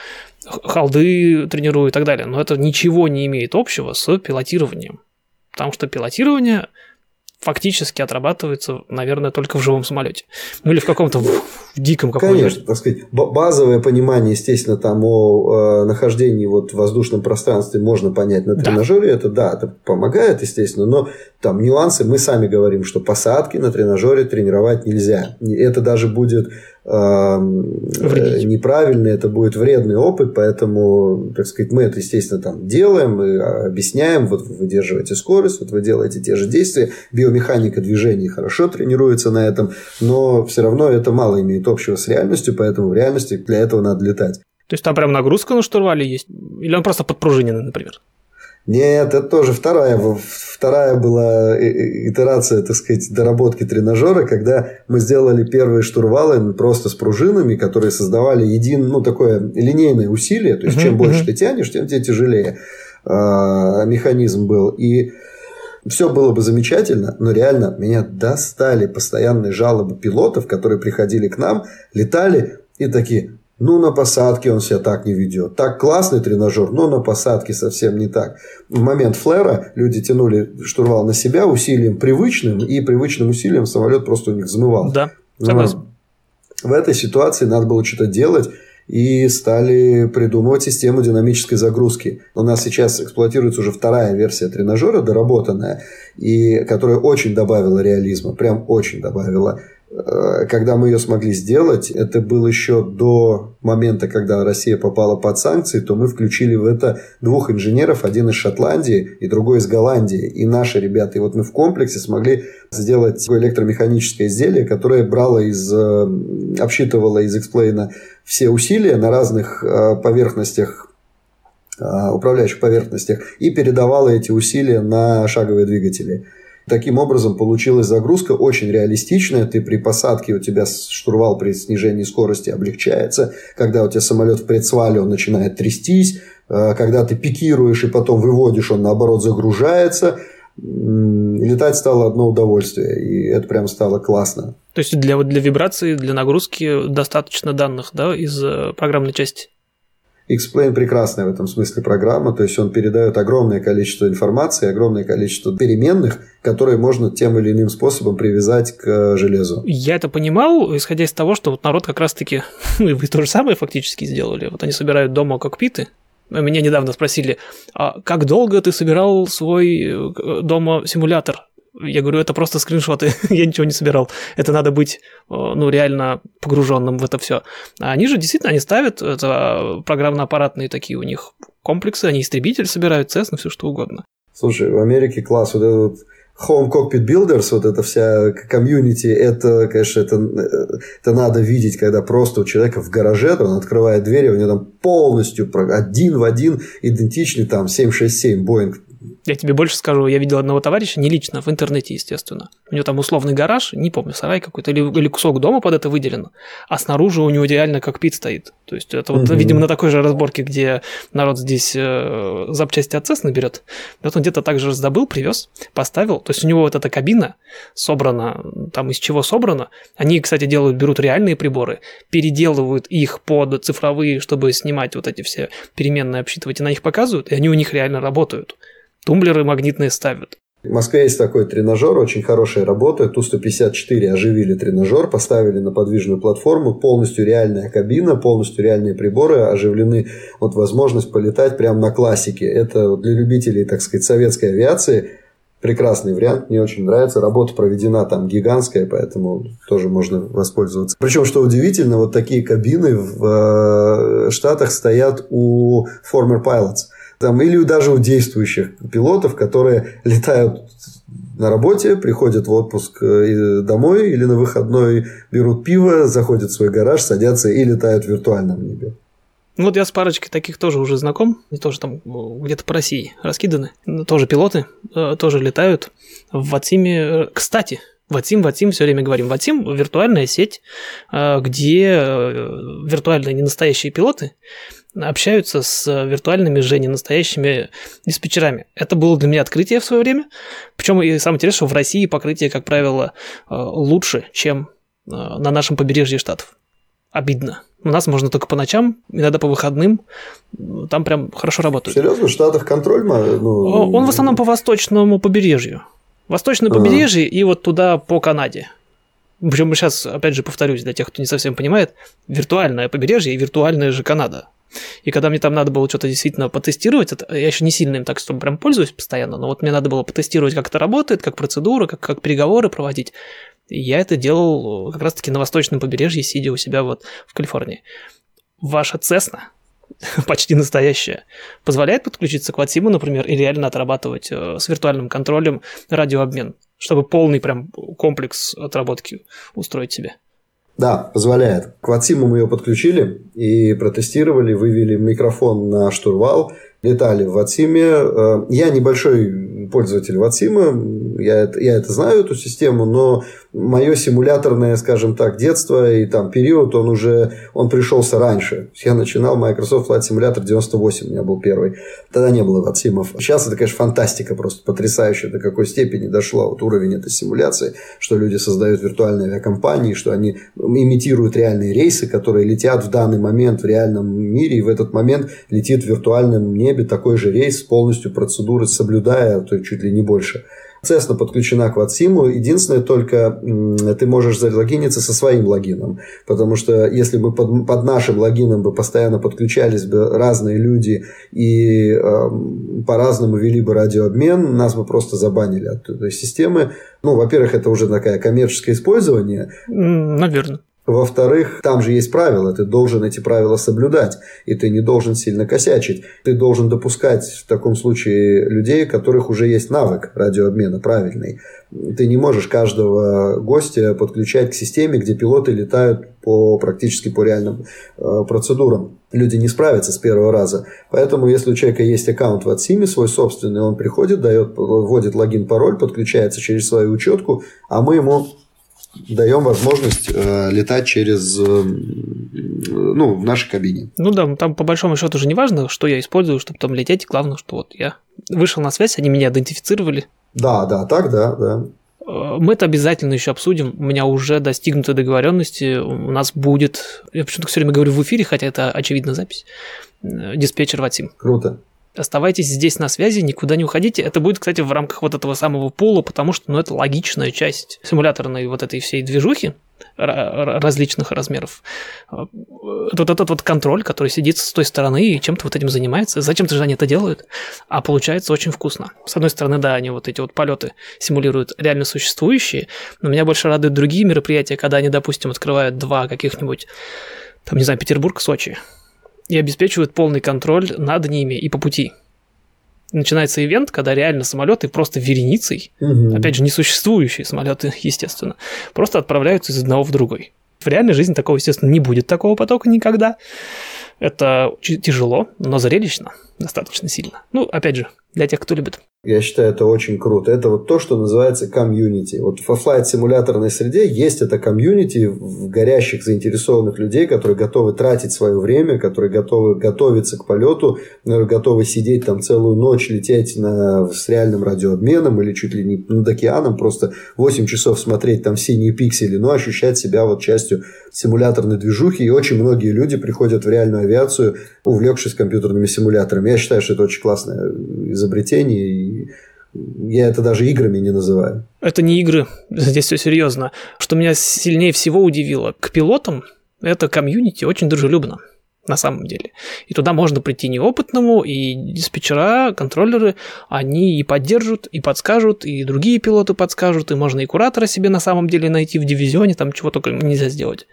халды тренирую и так далее. Но это ничего не имеет общего с пилотированием. Потому что пилотирование фактически отрабатывается, наверное, только в живом самолете. Ну или в каком-то диком каком-то. Конечно, так сказать, базовое понимание, естественно, там о нахождении в воздушном пространстве можно понять на тренажере. Это помогает, естественно, но там нюансы. Мы сами говорим, что посадки на тренажере тренировать нельзя. Это даже будет неправильный, это будет вредный опыт, поэтому, так сказать, мы это, естественно, там делаем, мы объясняем, вот вы выдерживаете скорость, вот вы делаете те же действия, биомеханика движений хорошо тренируется на этом, но все равно это мало имеет общего с реальностью, поэтому в реальности для этого надо летать. То есть там прям нагрузка на штурвале есть? Или он просто подпружиненный, например? Нет, это тоже вторая была итерация, так сказать, доработки тренажера, когда мы сделали первые штурвалы просто с пружинами, которые создавали такое линейное усилие, то есть чем больше ты тянешь, тем тебе тяжелее механизм был. И все было бы замечательно, но реально меня достали постоянные жалобы пилотов, которые приходили к нам, летали и такие: ну, на посадке он себя так не ведет. Так классный тренажер, но на посадке совсем не так. В момент флэра люди тянули штурвал на себя усилием привычным, и привычным усилием самолет просто у них взмывал. Да, согласен. В этой ситуации надо было что-то делать. и стали придумывать систему динамической загрузки. У нас сейчас эксплуатируется уже вторая версия тренажера, доработанная, и которая очень добавила реализма, прям очень добавила. Когда мы ее смогли сделать, это было еще до момента, когда Россия попала под санкции, то мы включили в это двух инженеров, один из Шотландии и другой из Голландии, и наши ребята. И вот мы в комплексе смогли сделать такое электромеханическое изделие, которое обсчитывало из X-Plane все усилия на разных поверхностях, управляющих поверхностях, и передавало эти усилия на шаговые двигатели. Таким образом, получилась загрузка очень реалистичная. Ты при посадке, у тебя штурвал при снижении скорости облегчается. Когда у тебя самолет в предсвале, он начинает трястись. Когда ты пикируешь и потом выводишь, он наоборот загружается. Летать стало одно удовольствие. И это прям стало классно. То есть для вибрации, для нагрузки достаточно данных, да, из программной части? X-Plane прекрасная в этом смысле программа, то есть он передает огромное количество информации, огромное количество переменных, которые можно тем или иным способом привязать к железу. Я это понимал, исходя из того, что вот народ как раз-таки, и вы то же самое фактически сделали, вот они собирают дома кокпиты. Меня недавно спросили, а как долго ты собирал свой дома симулятор? Я говорю, это просто скриншоты, я ничего не собирал. Это надо быть, реально погруженным в это все. А они же действительно, они ставят, это программно-аппаратные такие у них комплексы, они истребитель собирают, Cessna, все что угодно. Слушай, в Америке класс, вот этот Home Cockpit Builders, вот эта вся комьюнити, это, конечно, это надо видеть, когда просто у человека в гараже, он открывает двери, у него там полностью один в один идентичный там 767 Boeing. Я тебе больше скажу, я видел одного товарища, не лично, в интернете, естественно. У него там условный гараж, не помню, сарай какой-то, или кусок дома под это выделен, а снаружи у него реально кокпит стоит. То есть это вот, видимо, на такой же разборке, где народ здесь запчасти от Cessna берет. Вот он где-то так же раздобыл, привез, поставил. То есть у него вот эта кабина собрана, там из чего собрана. Они, кстати, берут реальные приборы, переделывают их под цифровые, чтобы снимать вот эти все переменные, обсчитывать, и на них показывают, и они у них реально работают. Тумблеры магнитные ставят. В Москве есть такой тренажер, очень хорошая работа. Ту-154 оживили тренажер, поставили на подвижную платформу. Полностью реальная кабина, полностью реальные приборы, оживлены. Вот возможность полетать прямо на классике. Это для любителей, так сказать, советской авиации прекрасный вариант. Мне очень нравится. Работа проведена там гигантская, поэтому тоже можно воспользоваться. Причем, что удивительно, вот такие кабины в Штатах стоят у former pilots. Там, или даже у действующих пилотов, которые летают на работе, приходят в отпуск домой или на выходной, берут пиво, заходят в свой гараж, садятся и летают в виртуальном небе. Ну вот я с парочкой таких тоже уже знаком, они тоже там где-то по России раскиданы, тоже пилоты, тоже летают в Ватсиме. Кстати, Ватсим, все время говорим. Ватсим – виртуальная сеть, где виртуальные ненастоящие пилоты общаются с виртуальными же ненастоящими диспетчерами. Это было для меня открытие в свое время. Причем и самое интересное, что в России покрытие, как правило, лучше, чем на нашем побережье Штатов. Обидно. У нас можно только по ночам, иногда по выходным. Там прям хорошо работают. Серьезно? В Штатах контроль? Он в основном по восточному побережью. Восточное побережье и вот туда по Канаде. Причем сейчас, опять же, повторюсь, для тех, кто не совсем понимает, виртуальное побережье и виртуальная же Канада. И когда мне там надо было что-то действительно потестировать, я еще не сильно им так, что прям пользуюсь постоянно, но вот мне надо было потестировать, как это работает, как процедура, как переговоры проводить. И я это делал как раз-таки на восточном побережье, сидя у себя вот в Калифорнии. Ваша Cessna, почти настоящая, позволяет подключиться к Ватсиму, например, и реально отрабатывать с виртуальным контролем радиообмен, чтобы полный прям комплекс отработки устроить себе. Да, позволяет. К Ватсиму мы ее подключили и протестировали, вывели микрофон на штурвал, летали в Ватсиме. Я небольшой пользователь Ватсима, я это знаю, эту систему, но мое симуляторное, скажем так, детство и там период, он пришелся раньше. Я начинал Microsoft Flight Simulator 98, у меня был первый. Тогда не было Ватсимов. Сейчас это, конечно, фантастика просто потрясающая, до какой степени дошло вот уровень этой симуляции, что люди создают виртуальные авиакомпании, что они имитируют реальные рейсы, которые летят в данный момент в реальном мире, и в этот момент летит в виртуальном небе такой же рейс, полностью процедуры соблюдая, то чуть ли не больше. Cessna подключена к Ватсиму. Единственное, только ты можешь залогиниться со своим логином. Потому что если бы под нашим логином бы постоянно подключались бы разные люди и по-разному вели бы радиообмен, нас бы просто забанили от этой системы. Ну, во-первых, это уже такое коммерческое использование. Наверное. Во-вторых, там же есть правила, ты должен эти правила соблюдать, и ты не должен сильно косячить. Ты должен допускать в таком случае людей, у которых уже есть навык радиообмена правильный. Ты не можешь каждого гостя подключать к системе, где пилоты летают практически по реальным процедурам. Люди не справятся с первого раза. Поэтому, если у человека есть аккаунт в Ватсиме, свой собственный, он приходит, вводит логин, пароль, подключается через свою учетку, а мы ему даем возможность летать через, в нашей кабине. Ну да, там по большому счету уже не важно, что я использую, чтобы там лететь. Главное, что вот я вышел на связь, они меня идентифицировали. Да, так, да. Мы это обязательно еще обсудим. У меня уже достигнуты договоренности. У нас будет, я почему-то все время говорю в эфире, хотя это очевидно запись, диспетчер Ватсим. Круто. Оставайтесь здесь на связи, никуда не уходите. Это будет, кстати, в рамках вот этого самого пула, потому что это логичная часть симуляторной вот этой всей движухи различных размеров. Вот этот вот контроль, который сидит с той стороны и чем-то вот этим занимается. Зачем-то же они это делают, а получается очень вкусно. С одной стороны, да, они вот эти вот полеты симулируют реально существующие, но меня больше радуют другие мероприятия, когда они, допустим, открывают два каких-нибудь, там, не знаю, Петербург, Сочи, и обеспечивают полный контроль над ними и по пути. Начинается ивент, когда реально самолеты просто вереницей, опять же, несуществующие самолеты, естественно, просто отправляются из одного в другой. В реальной жизни такого, естественно, не будет, такого потока никогда. Это тяжело, но зрелищно достаточно сильно. Ну, опять же, для тех, кто любит. Я считаю, это очень круто. Это вот то, что называется комьюнити. Вот в флайт-симуляторной среде есть это комьюнити горящих, заинтересованных людей, которые готовы тратить свое время, которые готовы готовиться к полету, готовы сидеть там целую ночь, лететь с реальным радиообменом или чуть ли не над океаном, просто 8 часов смотреть там синие пиксели, но ощущать себя вот частью симуляторной движухи. И очень многие люди приходят в реальную авиацию, увлекшись компьютерными симуляторами. Я считаю, что это очень классное изобретение, и я это даже играми не называю. Это не игры, здесь все серьезно. Что меня сильнее всего удивило, к пилотам это комьюнити очень дружелюбно, на самом деле. И туда можно прийти неопытному, и диспетчера, контроллеры, они и поддержат, и подскажут, и другие пилоты подскажут, и можно и куратора себе на самом деле найти в дивизионе, там чего только нельзя сделать.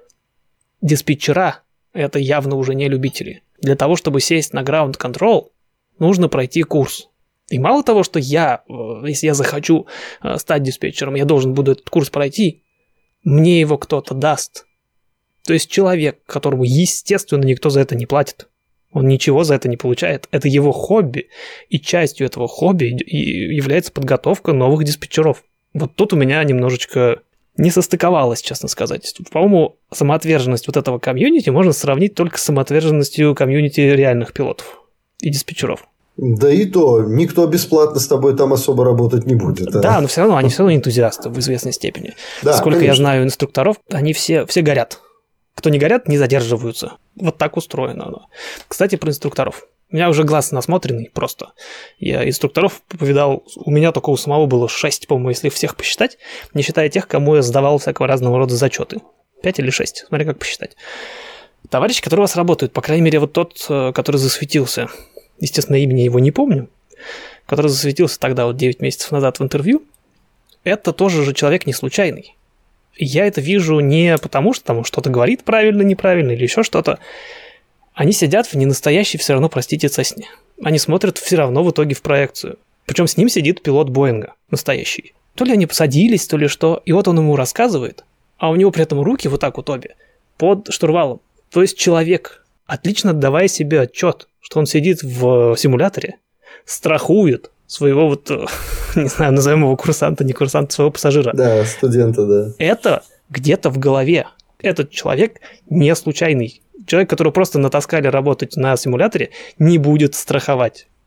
Диспетчера – это явно уже не любители. Для того, чтобы сесть на ground control, нужно пройти курс. И мало того, что если я захочу стать диспетчером, я должен буду этот курс пройти, мне его кто-то даст. То есть человек, которому, естественно, никто за это не платит. Он ничего за это не получает. Это его хобби. И частью этого хобби является подготовка новых диспетчеров. Вот тут у меня немножечко не состыковалось, честно сказать. По-моему, самоотверженность вот этого комьюнити можно сравнить только с самоотверженностью комьюнити реальных пилотов и диспетчеров. Да и то, никто бесплатно с тобой там особо работать не будет. Да, но все равно они все равно энтузиасты в известной степени. Да, сколько конечно. Я знаю инструкторов, они все горят. Кто не горят, не задерживаются. Вот так устроено оно. Кстати, про инструкторов. У меня уже глаз насмотренный просто. Я инструкторов повидал, у меня только у самого было 6, по-моему, если всех посчитать, не считая тех, кому я сдавал всякого разного рода зачеты. 5 или 6, смотря как посчитать. Товарищи, которые у вас работают, по крайней мере, вот тот, который засветился, естественно, имени его не помню, который засветился тогда, вот 9 месяцев назад в интервью, это тоже же человек не случайный. Я это вижу не потому, что там что-то говорит правильно, неправильно или еще что-то. Они сидят в ненастоящей все равно, простите, Цесне. Они смотрят все равно в итоге в проекцию. Причем с ним сидит пилот Боинга, настоящий. То ли они посадились, то ли что. И вот он ему рассказывает, а у него при этом руки вот так вот обе под штурвалом. То есть человек, отлично отдавая себе отчет, что он сидит в симуляторе, страхует своего вот, не знаю, назовем его курсанта, не курсанта, своего пассажира. Да, студента, да. Это где-то в голове. Этот человек не случайный. Человек, которого просто натаскали работать на симуляторе, не будет страховать.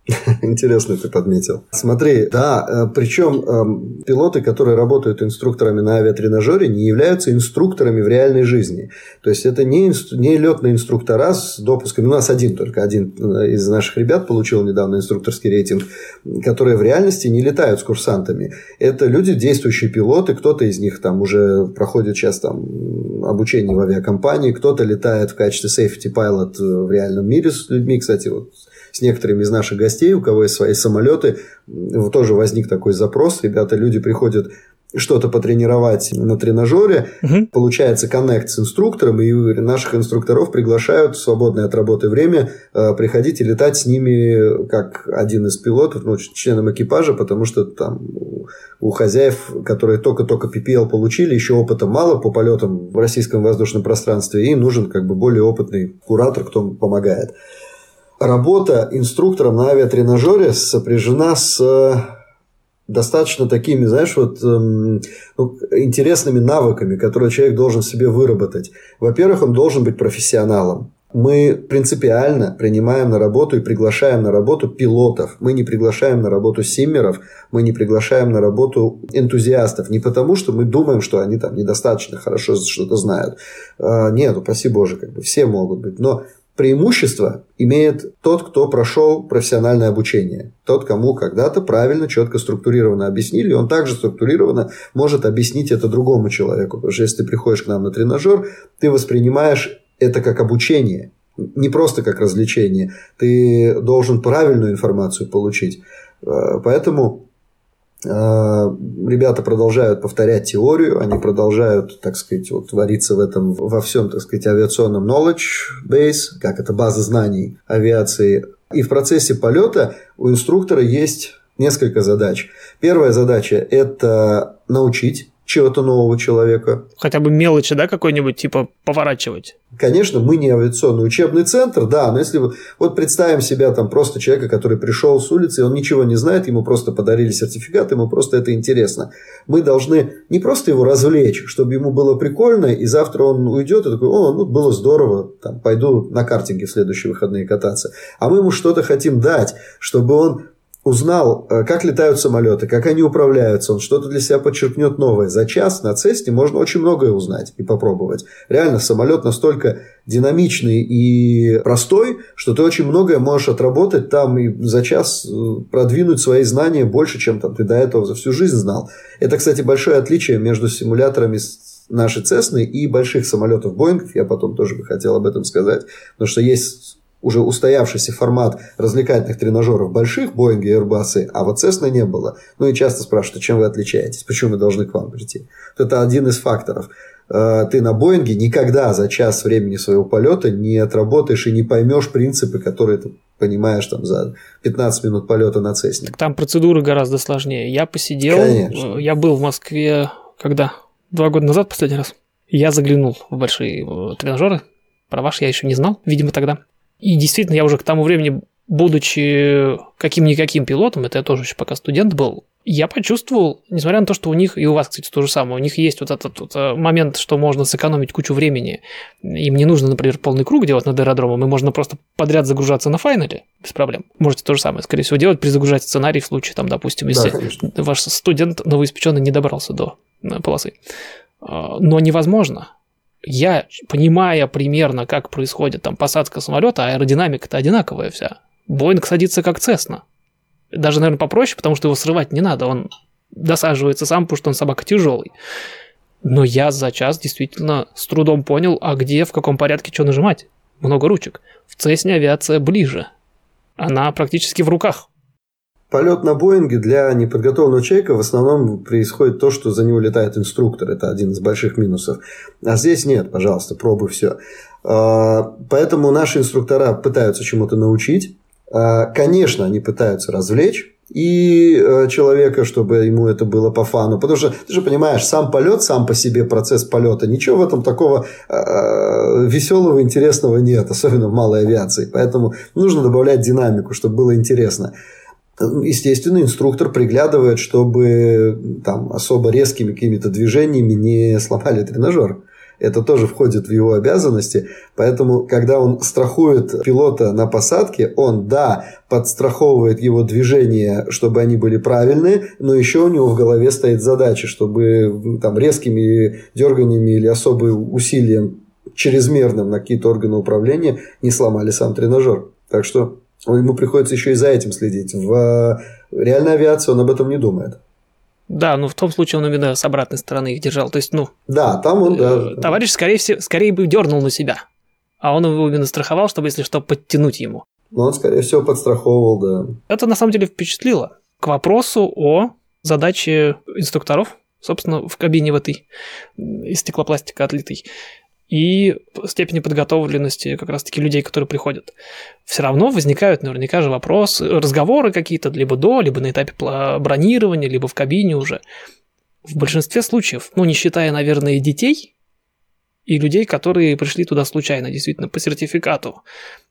Интересно ты подметил. Смотри, да, причем пилоты, которые работают инструкторами на авиатренажере, не являются инструкторами в реальной жизни. То есть, это не летные инструктора с допусками. У нас только один из наших ребят получил недавно инструкторский рейтинг, которые в реальности не летают с курсантами. Это люди, действующие пилоты, кто-то из них там уже проходит сейчас там обучение в авиакомпании, кто-то летает в качестве safety pilot в реальном мире с людьми, кстати, вот с некоторыми из наших гостей, у кого есть свои самолеты, тоже возник такой запрос. Ребята, люди приходят что-то потренировать на тренажере, получается коннект с инструктором, и наших инструкторов приглашают в свободное от работы время приходить и летать с ними как один из пилотов, членом экипажа, потому что там у хозяев, которые только-только PPL получили, еще опыта мало по полетам в российском воздушном пространстве, и им нужен более опытный куратор, кто помогает. Работа инструктором на авиатренажере сопряжена с достаточно такими, интересными навыками, которые человек должен себе выработать. Во-первых, он должен быть профессионалом. Мы принципиально принимаем на работу и приглашаем на работу пилотов. Мы не приглашаем на работу симмеров, мы не приглашаем на работу энтузиастов. Не потому, что мы думаем, что они там недостаточно хорошо что-то знают. Нет, упаси Боже, все могут быть. Но преимущество имеет тот, кто прошел профессиональное обучение. Тот, кому когда-то правильно, четко, структурированно объяснили, и он также структурированно может объяснить это другому человеку. Потому что если ты приходишь к нам на тренажер, ты воспринимаешь это как обучение, не просто как развлечение. Ты должен правильную информацию получить. Поэтому ребята продолжают повторять теорию, они продолжают, вариться в этом, во всем, авиационном knowledge base, как это база знаний авиации. И в процессе полета у инструктора есть несколько задач. Первая задача – это научить чего-то нового человека. Хотя бы мелочи, какой-нибудь, поворачивать. Конечно, мы не авиационный учебный центр, да, но если представим себя там просто человека, который пришел с улицы, и он ничего не знает, ему просто подарили сертификат, ему просто это интересно. Мы должны не просто его развлечь, чтобы ему было прикольно, и завтра он уйдет и такой: было здорово, пойду на картинге в следующие выходные кататься. А мы ему что-то хотим дать, чтобы он узнал, как летают самолеты, как они управляются, он что-то для себя подчеркнет новое. За час на Цесне можно очень многое узнать и попробовать. Реально, самолет настолько динамичный и простой, что ты очень многое можешь отработать там и за час продвинуть свои знания больше, чем ты до этого за всю жизнь знал. Это, кстати, большое отличие между симуляторами нашей Цесны и больших самолетов Боингов. Я потом тоже бы хотел об этом сказать, потому что есть уже устоявшийся формат развлекательных тренажеров больших, Боинги и Airbus, а вот Cessna не было. И часто спрашивают: чем вы отличаетесь, почему мы должны к вам прийти? Это один из факторов. Ты на Боинге никогда за час времени своего полета не отработаешь и не поймешь принципы, которые ты понимаешь за 15 минут полета на Cessna. Так там процедуры гораздо сложнее. Я посидел, Конечно. Я был в Москве, 2 года назад последний раз. Я заглянул в большие тренажеры. Про ваш я еще не знал, видимо, тогда. И действительно, я уже к тому времени, будучи каким-никаким пилотом, это я тоже еще пока студент был, я почувствовал, несмотря на то, что у них, и у вас, кстати, то же самое, у них есть этот момент, что можно сэкономить кучу времени. Им не нужно, например, полный круг делать над аэродромом, и можно просто подряд загружаться на файнале без проблем. Можете то же самое, скорее всего, делать, перезагружать сценарий в случае, допустим, если ваш студент новоиспеченный не добрался до полосы. Но невозможно. Я, понимая примерно, как происходит посадка самолета, аэродинамика-то одинаковая вся. Боинг садится как Цесна. Даже, наверное, попроще, потому что его срывать не надо. Он досаживается сам, потому что он собака тяжелый. Но я за час действительно с трудом понял, а где, в каком порядке что нажимать. Много ручек. В Цесне авиация ближе. Она практически в руках. Полет на Боинге для неподготовленного человека в основном происходит то, что за него летает инструктор. Это один из больших минусов. А здесь нет, пожалуйста, пробуй все. Поэтому наши инструктора пытаются чему-то научить. Конечно, они пытаются развлечь и человека, чтобы ему это было по фану. Потому что, ты же понимаешь, сам полет, сам по себе процесс полета, ничего в этом такого веселого, интересного нет, особенно в малой авиации. Поэтому нужно добавлять динамику, чтобы было интересно. Естественно, инструктор приглядывает, чтобы особо резкими какими-то движениями не сломали тренажер. Это тоже входит в его обязанности. Поэтому, когда он страхует пилота на посадке, он, да, подстраховывает его движения, чтобы они были правильные, но еще у него в голове стоит задача, чтобы там резкими дерганиями или особым усилием чрезмерным на какие-то органы управления не сломали сам тренажер. Так что ему приходится еще и за этим следить. В реальной авиации он об этом не думает. Да, но в том случае он именно с обратной стороны их держал. То есть, да, там он, да. Товарищ, скорее бы дернул на себя. А он его именно страховал, чтобы, если что, подтянуть ему. Но он, скорее всего, подстраховывал, да. Это, на самом деле, впечатлило. К вопросу о задаче инструкторов, собственно, в кабине в этой, из стеклопластика отлитой, и степени подготовленности как раз-таки людей, которые приходят. Все равно возникают наверняка же вопросы, разговоры какие-то либо до, либо на этапе бронирования, либо в кабине уже. В большинстве случаев, не считая, наверное, детей и людей, которые пришли туда случайно, действительно, по сертификату,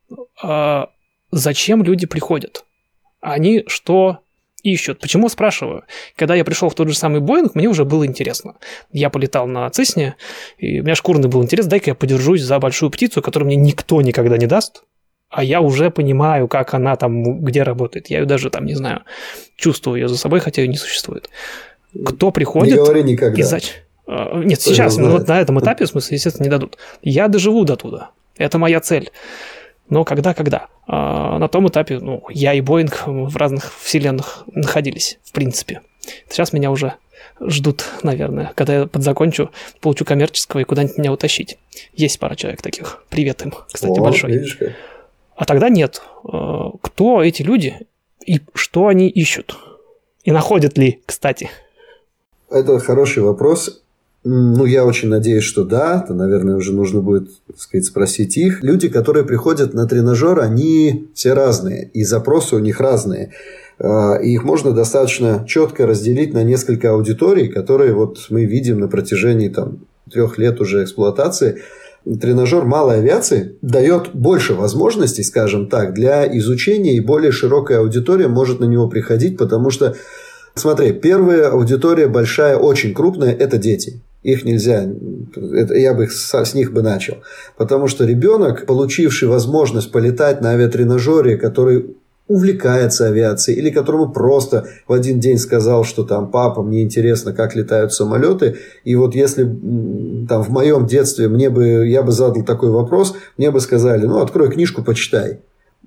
зачем люди приходят? Они что ищут? Почему, спрашиваю? Когда я пришел в тот же самый Боинг, мне уже было интересно. Я полетал на Цесне, и у меня шкурный был интерес, дай-ка я подержусь за большую птицу, которую мне никто никогда не даст, а я уже понимаю, как она там, где работает. Я ее даже там, не знаю, чувствую ее за собой, хотя ее не существует. Кто приходит... Не говори никогда. Нет, сейчас, на этом этапе, в смысле, естественно, не дадут. Я доживу до туда. Это моя цель. Но когда? На том этапе, я и Боинг в разных вселенных находились, в принципе. Сейчас меня уже ждут, наверное, когда я подзакончу, получу коммерческого и куда-нибудь меня утащить. Есть пара человек таких. Привет им, кстати, большой. Видишь, как? А тогда нет. Кто эти люди и что они ищут? И находят ли, кстати? Это хороший вопрос. Я очень надеюсь, что да. То, наверное, уже нужно будет, так сказать, спросить их. Люди, которые приходят на тренажер, они все разные. И запросы у них разные. И их можно достаточно четко разделить на несколько аудиторий, которые мы видим на протяжении 3 лет уже эксплуатации. Тренажер малой авиации дает больше возможностей, скажем так, для изучения, и более широкая аудитория может на него приходить, потому что, смотри, первая аудитория большая, очень крупная – это дети. Их нельзя, я бы с них бы начал. Потому что ребенок, получивший возможность полетать на авиатренажере, который увлекается авиацией, или которому просто в один день сказал, что папа, мне интересно, как летают самолеты, и если в моем детстве я бы задал такой вопрос, мне бы сказали, открой книжку, почитай.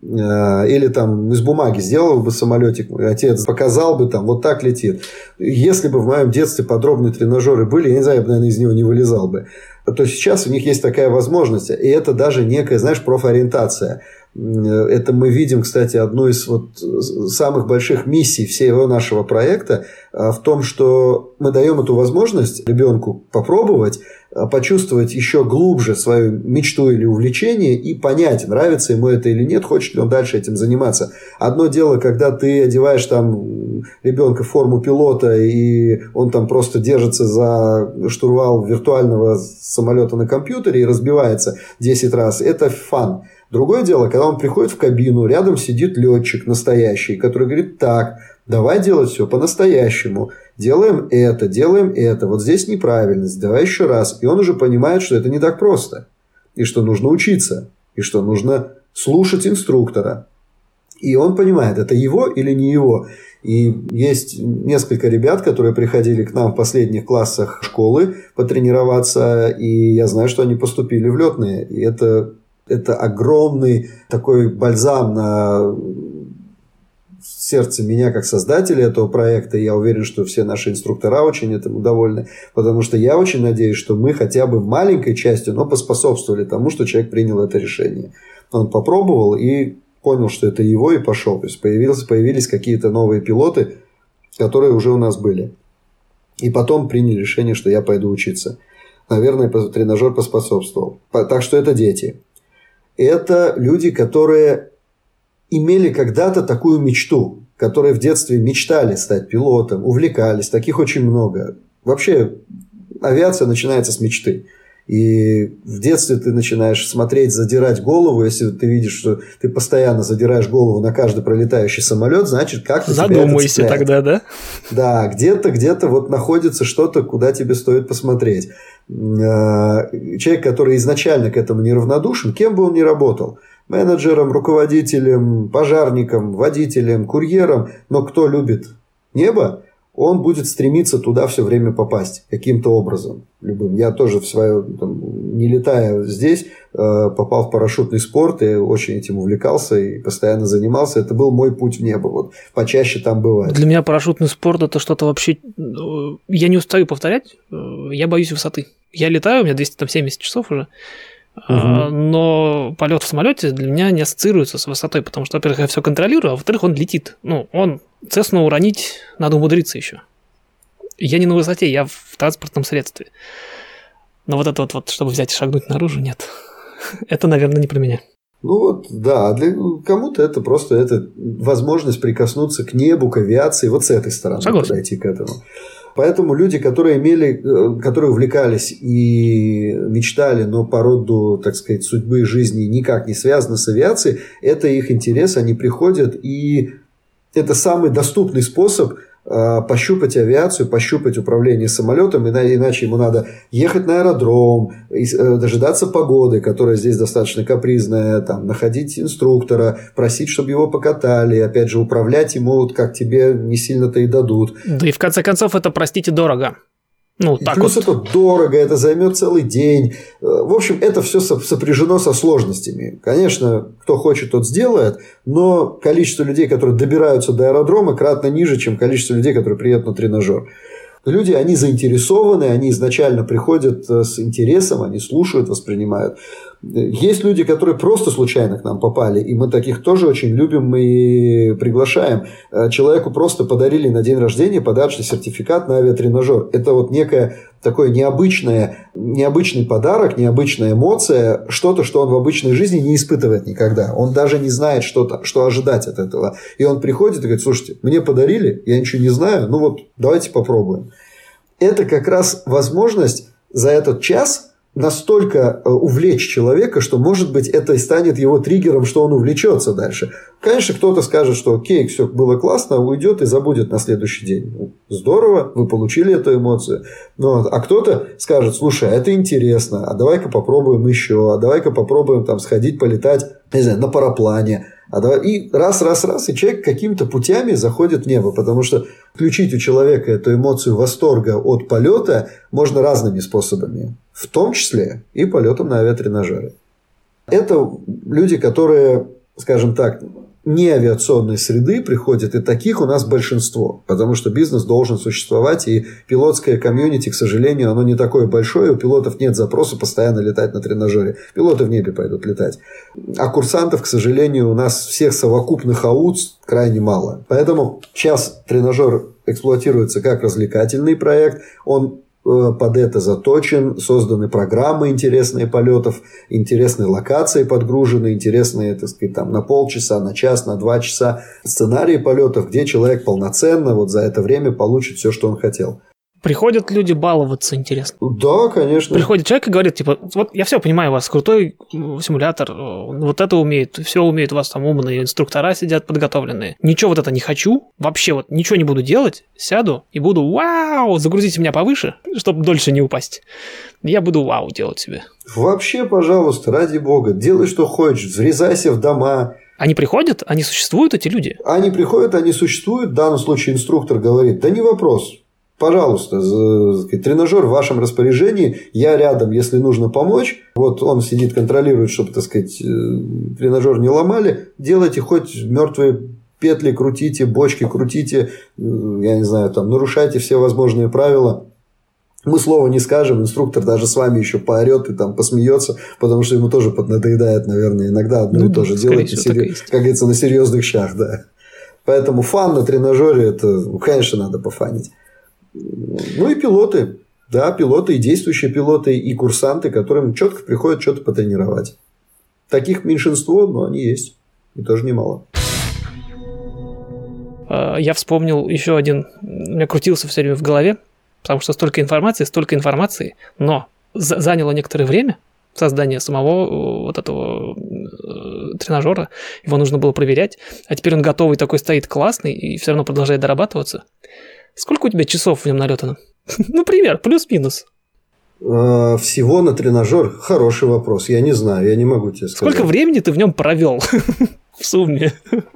Или из бумаги сделал бы самолетик, отец показал бы, вот так летит. Если бы в моем детстве подробные тренажеры были, я не знаю, я бы, наверное, из него не вылезал бы. То сейчас у них есть такая возможность, и это даже некая, профориентация. Это мы видим, кстати, одну из самых больших миссий всего нашего проекта в том, что мы даем эту возможность ребенку попробовать, почувствовать еще глубже свою мечту или увлечение и понять, нравится ему это или нет, хочет ли он дальше этим заниматься. Одно дело, когда ты одеваешь ребенка в форму пилота, и он просто держится за штурвал виртуального самолета на компьютере и разбивается 10 раз. Это фан. Другое дело, когда он приходит в кабину, рядом сидит летчик настоящий, который говорит: так, давай делать все по-настоящему. Делаем это. Вот здесь неправильность. Давай еще раз. И он уже понимает, что это не так просто. И что нужно учиться. И что нужно слушать инструктора. И он понимает, это его или не его. И есть несколько ребят, которые приходили к нам в последних классах школы потренироваться. И я знаю, что они поступили в летные. И это огромный такой бальзам на сердце меня как создателя этого проекта. Я уверен, что все наши инструктора очень этому довольны. Потому что я очень надеюсь, что мы хотя бы маленькой частью, но поспособствовали тому, что человек принял это решение. Он попробовал и понял, что это его, и пошел. То есть появились какие-то новые пилоты, которые уже у нас были. И потом приняли решение, что я пойду учиться. Наверное, тренажер поспособствовал. Так что это дети. Это люди, которые имели когда-то такую мечту, которые в детстве мечтали стать пилотом, увлекались. Таких очень много. Вообще, авиация начинается с мечты. И в детстве ты начинаешь смотреть, задирать голову. Если ты видишь, что ты постоянно задираешь голову на каждый пролетающий самолет, значит, как-то тебя это цепляет. Задумайся тогда, да? Да, где-то вот находится что-то, куда тебе стоит посмотреть. Человек, который изначально к этому неравнодушен, кем бы он ни работал, менеджером, руководителем, пожарником, водителем, курьером, но кто любит небо, он будет стремиться туда все время попасть каким-то образом любым. Я тоже не летая здесь, попал в парашютный спорт и очень этим увлекался и постоянно занимался. Это был мой путь в небо. Вот почаще там бывает. Для меня парашютный спорт – это что-то вообще… Я не устаю повторять, я боюсь высоты. Я летаю, у меня 270 часов уже, но полет в самолете для меня не ассоциируется с высотой, потому что, во-первых, я все контролирую, а во-вторых, он летит. Цесну уронить надо умудриться еще. Я не на высоте, я в транспортном средстве. Но вот это вот, чтобы взять и шагнуть наружу, нет. Это, наверное, не про меня. Да, для кому-то это просто возможность прикоснуться к небу, к авиации, вот с этой стороны подойти к этому. Поэтому люди, которые увлекались и мечтали, но по роду, так сказать, судьбы жизни никак не связаны с авиацией, это их интерес, они приходят, и это самый доступный способ пощупать авиацию, пощупать управление самолетом, иначе ему надо ехать на аэродром, дожидаться погоды, которая здесь достаточно капризная, находить инструктора, просить, чтобы его покатали, опять же, управлять ему, как тебе не сильно-то и дадут. Да и в конце концов это, простите, дорого. Плюс это дорого, это займет целый день. В общем, это все сопряжено со сложностями. Конечно, кто хочет, тот сделает, но количество людей, которые добираются до аэродрома, кратно ниже, чем количество людей, которые приедут на тренажер. Люди, они заинтересованы, они изначально приходят с интересом, они слушают, воспринимают. Есть люди, которые просто случайно к нам попали, и мы таких тоже очень любим и приглашаем. Человеку просто подарили на день рождения подарочный сертификат на авиатренажер. Это вот некое такое необычный подарок, необычная эмоция, что-то, что он в обычной жизни не испытывает никогда. Он даже не знает, что ожидать от этого. И он приходит и говорит: слушайте, мне подарили, я ничего не знаю, давайте попробуем. Это как раз возможность за этот час настолько увлечь человека, что, может быть, это и станет его триггером, что он увлечется дальше. Конечно, кто-то скажет, что окей, все было классно, уйдет и забудет на следующий день. Здорово, вы получили эту эмоцию. А кто-то скажет: слушай, это интересно, а давай-ка попробуем еще, а давай-ка попробуем сходить полетать, не знаю, на параплане. И раз, и человек какими-то путями заходит в небо, потому что включить у человека эту эмоцию восторга от полета можно разными способами, в том числе и полетом на авиатренажере. Это люди, которые, скажем так, не авиационной среды приходят, и таких у нас большинство, потому что бизнес должен существовать, и пилотское комьюнити, к сожалению, оно не такое большое, у пилотов нет запроса постоянно летать на тренажере, пилоты в небе пойдут летать, а курсантов, к сожалению, у нас всех совокупных АУЦ крайне мало, поэтому сейчас тренажер эксплуатируется как развлекательный проект, он под это заточен, созданы программы интересные полетов, интересные локации подгружены, интересные, так сказать, на полчаса, на час, на 2 часа сценарии полетов, где человек полноценно за это время получит все, что он хотел. Приходят люди баловаться, интересно. Да, конечно. Приходит человек и говорит, вот я все понимаю, у вас крутой симулятор, вот это умеет, все умеет, у вас там умные инструктора сидят подготовленные. Ничего вот это не хочу, вообще ничего не буду делать, сяду и буду вау, загрузите меня повыше, чтобы дольше не упасть. Я буду вау делать себе. Вообще, пожалуйста, ради бога, делай, что хочешь, врезайся в дома. Они приходят, они существуют, эти люди? Они приходят, они существуют, в данном случае инструктор говорит, да не вопрос. Пожалуйста, тренажер в вашем распоряжении, я рядом, если нужно помочь. Вот он сидит, контролирует, чтобы, так сказать, тренажер не ломали. Делайте хоть мертвые петли, крутите, бочки крутите, я не знаю, нарушайте все возможные правила. Мы слова не скажем, инструктор даже с вами еще поорет и посмеется, потому что ему тоже поднадоедает, наверное, иногда одно и то же делать, как говорится, на серьезных щах, да. Поэтому фан на тренажере, это, конечно, надо пофанить. И пилоты. Да, пилоты, и действующие пилоты, и курсанты, которым четко приходят что-то потренировать. Таких меньшинство, но они есть. И тоже немало. Я вспомнил еще один. У меня крутился все время в голове, потому что столько информации, но заняло некоторое время создание самого вот этого тренажера. Его нужно было проверять. А теперь он готовый такой стоит классный и все равно продолжает дорабатываться. Сколько у тебя часов в нем налетано? Ну, пример, плюс-минус. Всего на тренажер? Хороший вопрос. Я не знаю, я не могу тебе сказать. Сколько времени ты в нем провел в сумме?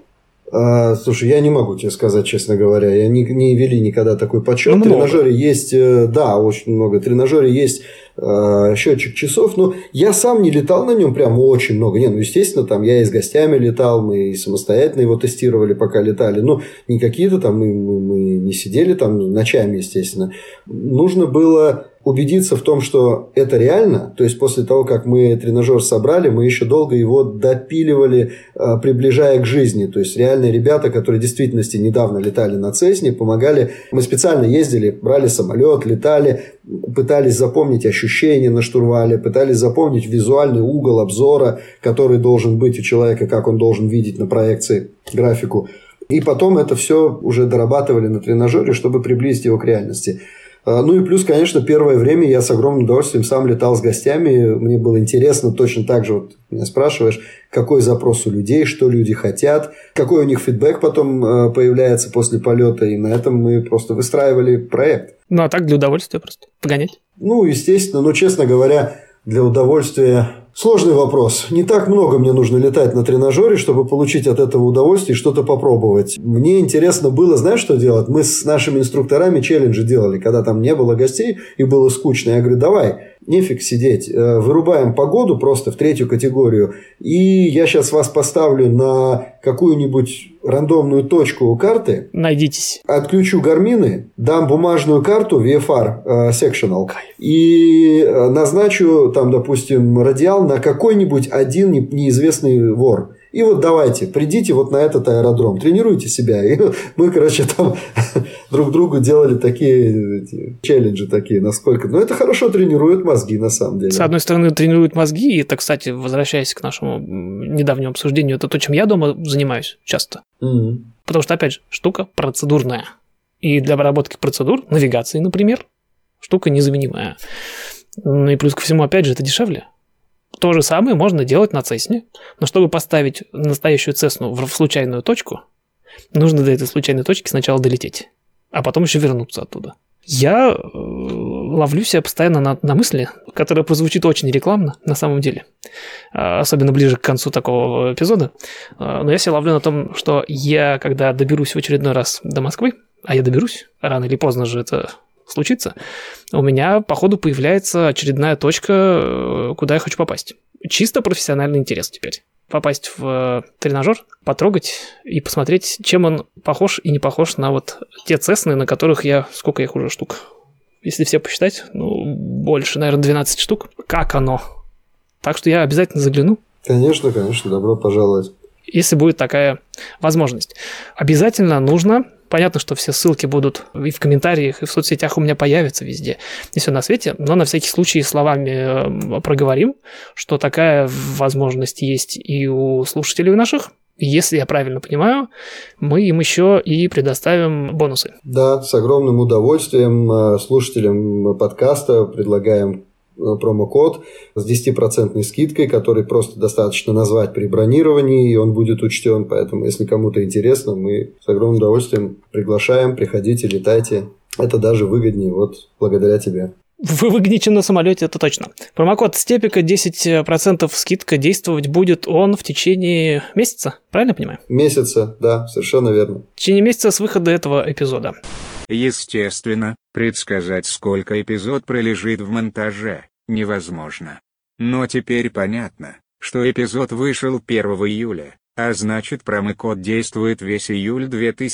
Слушай, я не могу тебе сказать, честно говоря. Я не вели никогда такой подсчет. В тренажере есть, да, очень много. В тренажере есть счетчик часов, но я сам не летал на нем прям очень много. Не, ну, естественно, там я и с гостями летал, мы и самостоятельно его тестировали, пока летали. Но не какие-то там, мы не сидели там ночами, естественно. Нужно было убедиться в том, что это реально. То есть, после того, как мы тренажер собрали, мы еще долго его допиливали, приближая к жизни. То есть, реальные ребята, которые в действительности недавно летали на Цесне, помогали. Мы специально ездили, брали самолет, летали, пытались запомнить ощущения на штурвале, пытались запомнить визуальный угол обзора, который должен быть у человека, как он должен видеть на проекции графику. И потом это все уже дорабатывали на тренажере, чтобы приблизить его к реальности. Ну и плюс, конечно, первое время я с огромным удовольствием сам летал с гостями. Мне было интересно точно так же, вот меня спрашиваешь, какой запрос у людей, что люди хотят, какой у них фидбэк потом появляется после полета. И на этом мы просто выстраивали проект. Ну, а так для удовольствия просто погонять? Ну, естественно, но, честно говоря, для удовольствия... Сложный вопрос. Не так много мне нужно летать на тренажере, чтобы получить от этого удовольствие и что-то попробовать. Мне интересно было, знаешь, что делать? Мы с нашими инструкторами челленджи делали, когда там не было гостей и было скучно. Я говорю, давай, нефиг сидеть. Вырубаем погоду просто в 3-ю категорию. И я сейчас вас поставлю на какую-нибудь рандомную точку у карты. Найдитесь. Отключу гармины, дам бумажную карту VFR Sectional и назначу там, допустим, радиал на какой-нибудь один неизвестный вор. И вот давайте, придите вот на этот аэродром, тренируйте себя. И мы, короче, там друг другу делали такие челленджи такие, насколько... Ну, это хорошо тренирует мозги, на самом деле. С одной стороны, тренирует мозги, и это, кстати, возвращаясь к нашему недавнему обсуждению, это то, чем я дома занимаюсь часто. Mm-hmm. Потому что, опять же, штука процедурная. И для обработки процедур, навигации, например, штука незаменимая. Ну и плюс ко всему, опять же, это дешевле. То же самое можно делать на Цесне, но чтобы поставить настоящую Цесну в случайную точку, нужно до этой случайной точки сначала долететь, а потом еще вернуться оттуда. Я ловлю себя постоянно на мысли, которая прозвучит очень рекламно на самом деле, особенно ближе к концу такого эпизода, но я себя ловлю на том, что я, когда доберусь в очередной раз до Москвы, а я доберусь, рано или поздно же это случится, у меня, походу, появляется очередная точка, куда я хочу попасть. Чисто профессиональный интерес теперь. Попасть в тренажер, потрогать и посмотреть, чем он похож и не похож на вот те Цесны, на которых я... Сколько их уже штук? Если все посчитать, ну, больше, наверное, 12 штук. Как оно? Так что я обязательно загляну. Конечно, конечно, добро пожаловать. Если будет такая возможность. Обязательно нужно... Понятно, что все ссылки будут и в комментариях, и в соцсетях у меня появятся везде, и все на свете, но на всякий случай словами проговорим, что такая возможность есть и у слушателей наших. Если я правильно понимаю, мы им еще и предоставим бонусы. Да, с огромным удовольствием слушателям подкаста предлагаем промокод с 10% скидкой, который просто достаточно назвать при бронировании, и он будет учтен. Поэтому, если кому-то интересно, мы с огромным удовольствием приглашаем, приходите, летайте. Это даже выгоднее, вот благодаря тебе. Выгоднее, чем на самолете, это точно. Промокод Степика 10% скидка, действовать будет он в течение месяца, правильно я понимаю? Месяца, да, совершенно верно. В течение месяца с выхода этого эпизода. Естественно, предсказать, сколько эпизод пролежит в монтаже, невозможно. Но теперь понятно, что эпизод вышел 1 июля, а значит промокод действует весь июль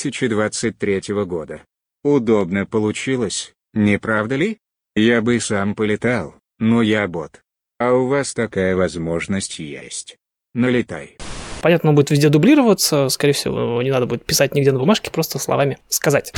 2023 года. Удобно получилось, не правда ли? Я бы сам полетал, но я бот. А у вас такая возможность есть. Налетай. Понятно, он будет везде дублироваться, скорее всего, не надо будет писать нигде на бумажке, просто словами сказать.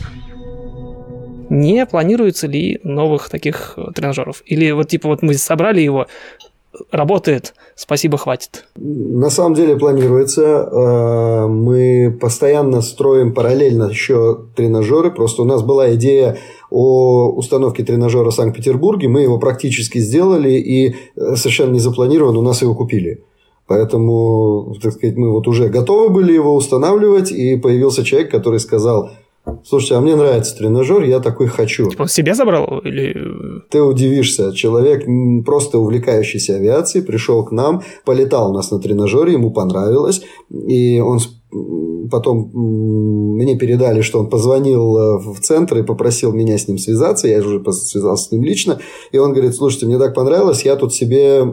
Не планируется ли новых таких тренажеров? Или вот типа вот мы собрали его, работает, спасибо, хватит? На самом деле планируется. Мы постоянно строим параллельно еще тренажеры. Просто у нас была идея о установке тренажера в Санкт-Петербурге. Мы его практически сделали и совершенно незапланированно у нас его купили. Поэтому, так сказать, мы вот уже готовы были его устанавливать, и появился человек, который сказал: слушайте, а мне нравится тренажер, я такой хочу. Он себе забрал? Или... Ты удивишься, человек, просто увлекающийся авиацией, пришел к нам, полетал у нас на тренажере, ему понравилось, и он потом мне передали, что он позвонил в центр и попросил меня с ним связаться, я уже связался с ним лично, и он говорит: слушайте, мне так понравилось, я тут себе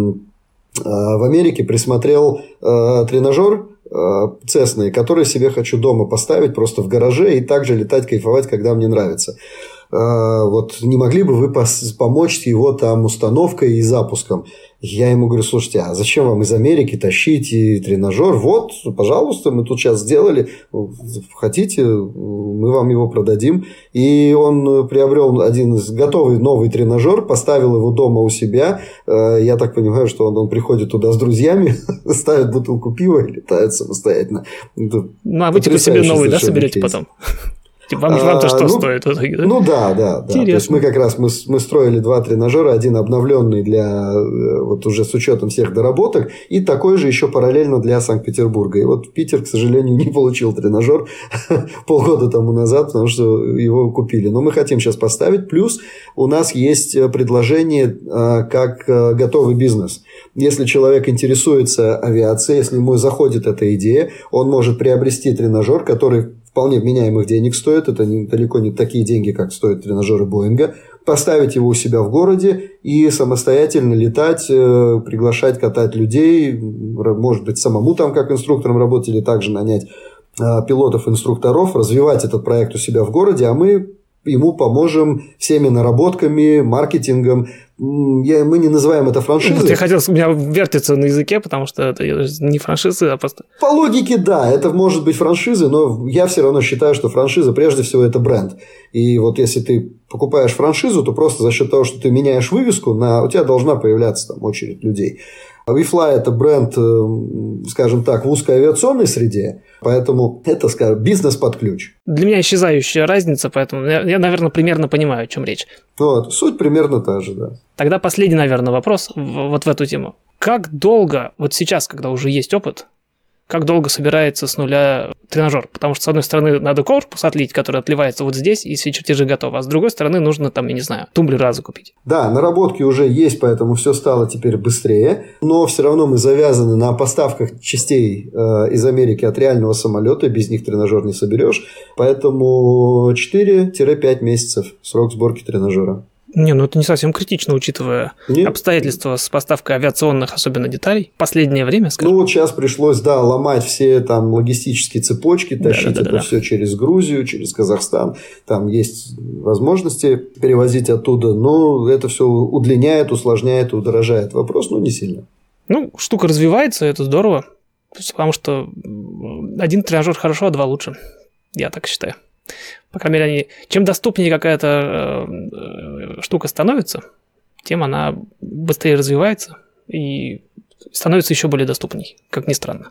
в Америке присмотрел тренажер Cessna, который себе хочу дома поставить просто в гараже и также летать, кайфовать, когда мне нравится. Вот не могли бы вы помочь с его там установкой и запуском? Я ему говорю: слушайте, а зачем вам из Америки тащить и тренажер? Вот, пожалуйста, мы тут сейчас сделали. Хотите, мы вам его продадим. И он приобрел один готовый новый тренажер, поставил его дома у себя. Я так понимаю, что он приходит туда с друзьями, ставит бутылку пива и летает самостоятельно. Ну, а вы типа себе новый, да, соберете потом? Вам-то что стоит в итоге, да? Ну да. То есть мы как раз мы строили 2 тренажера, один обновленный для вот уже с учетом всех доработок, и такой же еще параллельно для Санкт-Петербурга. И вот Питер, к сожалению, не получил тренажер полгода тому назад, потому что его купили. Но мы хотим сейчас поставить. Плюс у нас есть предложение как готовый бизнес. Если человек интересуется авиацией, если ему заходит эта идея, он может приобрести тренажер, который вполне вменяемых денег стоит. Это далеко не такие деньги, как стоят тренажеры Боинга. Поставить его у себя в городе и самостоятельно летать, приглашать, катать людей. Может быть, самому там как инструктором работать или также нанять пилотов-инструкторов, развивать этот проект у себя в городе, а мы ему поможем всеми наработками, маркетингом. Мы не называем это франшизой. Вот я хотел, у меня вертится на языке, потому что это не франшизы, а просто... По логике, да, это может быть франшизой, но я все равно считаю, что франшиза прежде всего это бренд. И вот если ты покупаешь франшизу, то просто за счет того, что ты меняешь вывеску, у тебя должна появляться там очередь людей. WeFly – это бренд, скажем так, в узкой авиационной среде, поэтому это, скажем, бизнес под ключ. Для меня исчезающая разница, поэтому я, наверное, примерно понимаю, о чем речь. Вот, суть примерно та же, да. Тогда последний, наверное, вопрос вот в эту тему. Как долго, вот сейчас, когда уже есть опыт, как долго собирается с нуля тренажер? Потому что, с одной стороны, надо корпус отлить, который отливается вот здесь, и все чертежи готовы, а с другой стороны, нужно там, я не знаю, тумблеры закупить. Да, наработки уже есть, поэтому все стало теперь быстрее, но все равно мы завязаны на поставках частей из Америки от реального самолета, без них тренажер не соберешь, поэтому 4-5 месяцев срок сборки тренажера. Не, ну это не совсем критично, учитывая обстоятельства с поставкой авиационных, особенно деталей. Последнее время, скажем. Ну, вот сейчас пришлось, ломать все там логистические цепочки, тащить это все через Грузию, через Казахстан. Там есть возможности перевозить оттуда, но это все удлиняет, усложняет, удорожает. Вопрос, не сильно. Ну, штука развивается, это здорово, потому что один тренажер хорошо, а 2 лучше. Я так считаю. По крайней мере, чем доступнее какая-то штука становится, тем она быстрее развивается и становится еще более доступней, как ни странно.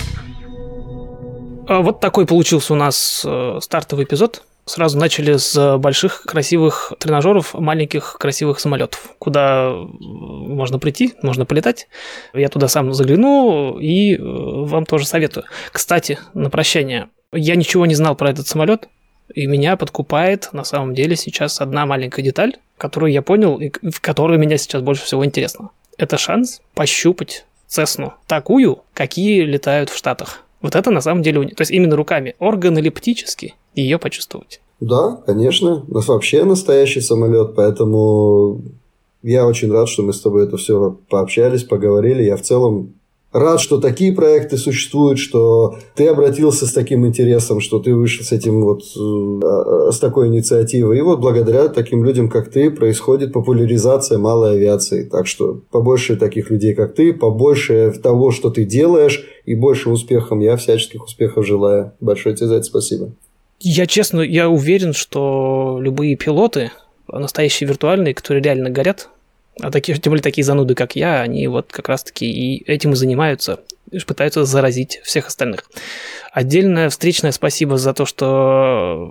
Вот такой получился у нас стартовый эпизод. Сразу начали с больших красивых тренажеров, маленьких красивых самолетов, куда можно прийти, можно полетать. Я туда сам загляну и вам тоже советую. Кстати, на прощание, я ничего не знал про этот самолет. И меня подкупает, на самом деле, сейчас одна маленькая деталь, которую я понял и в которой меня сейчас больше всего интересно. Это шанс пощупать Cessna такую, какие летают в Штатах. Вот это на самом деле... То есть именно руками, органолептически ее почувствовать. Да, конечно. У нас вообще настоящий самолет, поэтому я очень рад, что мы с тобой это все пообщались, поговорили. Я в целом рад, что такие проекты существуют, что ты обратился с таким интересом, что ты вышел с этим с такой инициативой. И вот благодаря таким людям, как ты, происходит популяризация малой авиации. Так что побольше таких людей, как ты, побольше того, что ты делаешь, и большим успехом. Я всяческих успехов желаю. Большое тебе за это спасибо. Я уверен, что любые пилоты, настоящие виртуальные, которые реально горят, а тем более такие зануды, как я, они вот как раз-таки и этим и занимаются, пытаются заразить всех остальных. Отдельное встречное спасибо за то, что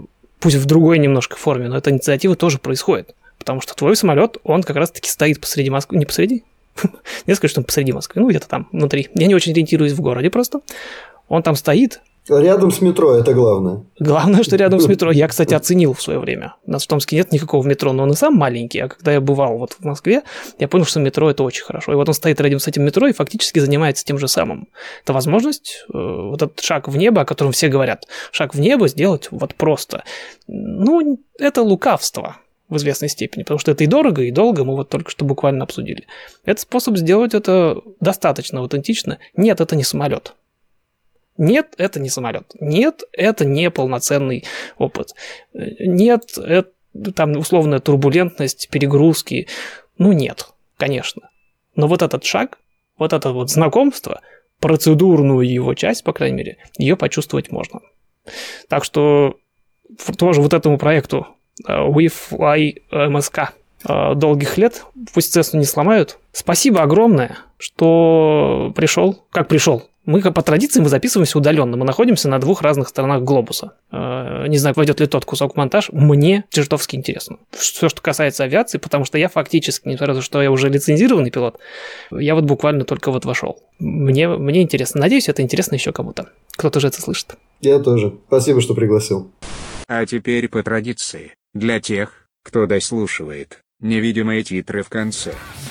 пусть в другой немножко форме, но эта инициатива тоже происходит. Потому что твой самолет, он как раз-таки стоит посреди Москвы, не посреди, не скажу, что он посреди Москвы, ну где-то там внутри. Я не очень ориентируюсь в городе просто. Он там стоит. Рядом с метро, это главное. Главное, что рядом с метро. Я, кстати, оценил в свое время. У нас в Томске нет никакого метро, но он и сам маленький. А когда я бывал вот в Москве, я понял, что метро – это очень хорошо. И вот он стоит рядом с этим метро и фактически занимается тем же самым. Это возможность, вот этот шаг в небо, о котором все говорят, шаг в небо сделать вот просто. Ну, это лукавство в известной степени, потому что это и дорого, и долго, мы вот только что буквально обсудили. Это способ сделать это достаточно аутентично. Нет, это не самолет. Нет, это не самолет. Нет, это не полноценный опыт. Нет, это там условная турбулентность, перегрузки. Ну нет, конечно. Но вот этот шаг, вот это вот знакомство, процедурную его часть, по крайней мере, ее почувствовать можно. Так что тоже вот этому проекту WeFly MSK долгих лет, пусть Цесну не сломают. Спасибо огромное, что пришел. Как пришел? Мы по традиции мы записываемся удаленно. Мы находимся на двух разных сторонах глобуса. Не знаю, пойдет ли тот кусок в монтаж. Мне чертовски интересно. Все, что касается авиации, потому что я фактически, несмотря на то, что я уже лицензированный пилот, я вот буквально только вот вошел. Мне интересно. Надеюсь, это интересно еще кому-то. Кто-то же это слышит. Я тоже. Спасибо, что пригласил. А теперь по традиции, для тех, кто дослушивает, невидимые титры в конце.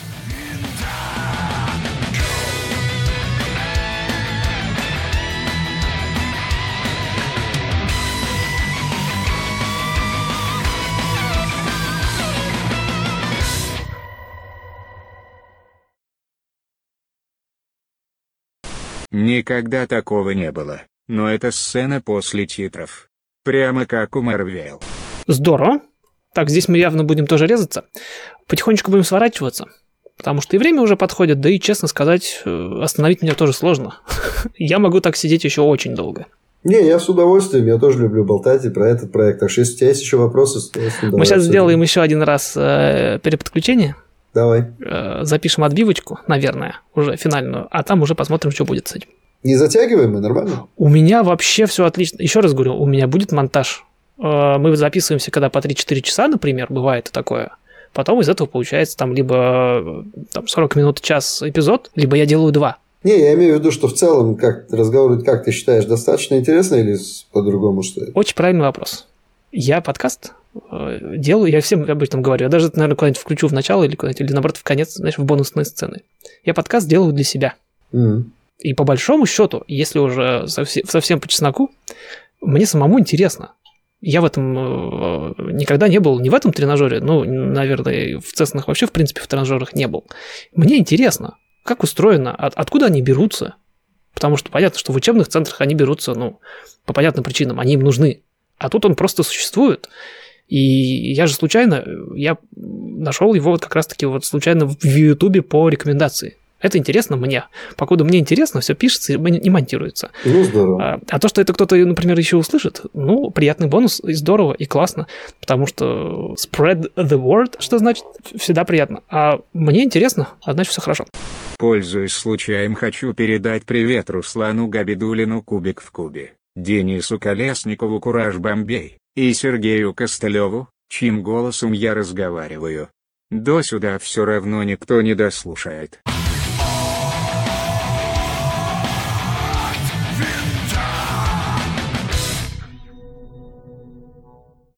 Никогда такого не было, но это сцена после титров. Прямо как у Marvel. Здорово. Так, здесь мы явно будем тоже резаться. Потихонечку будем сворачиваться, потому что и время уже подходит, да и, честно сказать, остановить меня тоже сложно. Я могу так сидеть еще очень долго. Не, я с удовольствием, я тоже люблю болтать и про этот проект. Так что, если у тебя есть еще вопросы, мы сейчас сделаем еще один раз переподключение. Давай. Запишем отбивочку, наверное, уже финальную, а там уже посмотрим, что будет с этим. Не затягиваем мы, нормально? У меня вообще все отлично. Еще раз говорю, у меня будет монтаж. Мы записываемся, когда по 3-4 часа, например, бывает такое. Потом из этого получается там либо там, 40 минут, час эпизод, либо я делаю 2. Не, я имею в виду, что в целом как разговор, как ты считаешь, достаточно интересно или по-другому что это? Очень правильный вопрос. Я подкаст делаю, я всем об этом говорю. Я даже, наверное, куда-нибудь включу в начало или куда-нибудь, или наоборот в конец, знаешь, в бонусные сцены. Я подкаст делаю для себя. И по большому счету, если уже совсем по чесноку, мне самому интересно. Я в этом никогда не был, не в этом тренажере, ну, наверное, в Цеснах вообще, в принципе, в тренажерах не был. Мне интересно, как устроено, откуда они берутся. Потому что понятно, что в учебных центрах они берутся, ну, по понятным причинам, они им нужны. А тут он просто существует. И я же случайно, я нашел его вот как раз-таки вот случайно в Ютубе по рекомендации. Это интересно мне. Покуда мне интересно, все пишется и монтируется. Ну, здорово. А то, что это кто-то, например, еще услышит, ну, приятный бонус, и здорово, и классно, потому что spread the word, что значит всегда приятно. А мне интересно, а значит, все хорошо. Пользуясь случаем, хочу передать привет Руслану Габидулину «Кубик в кубе», Денису Колесникову «Кураж Бомбей» и Сергею Костылеву, чьим голосом я разговариваю. До сюда все равно никто не дослушает.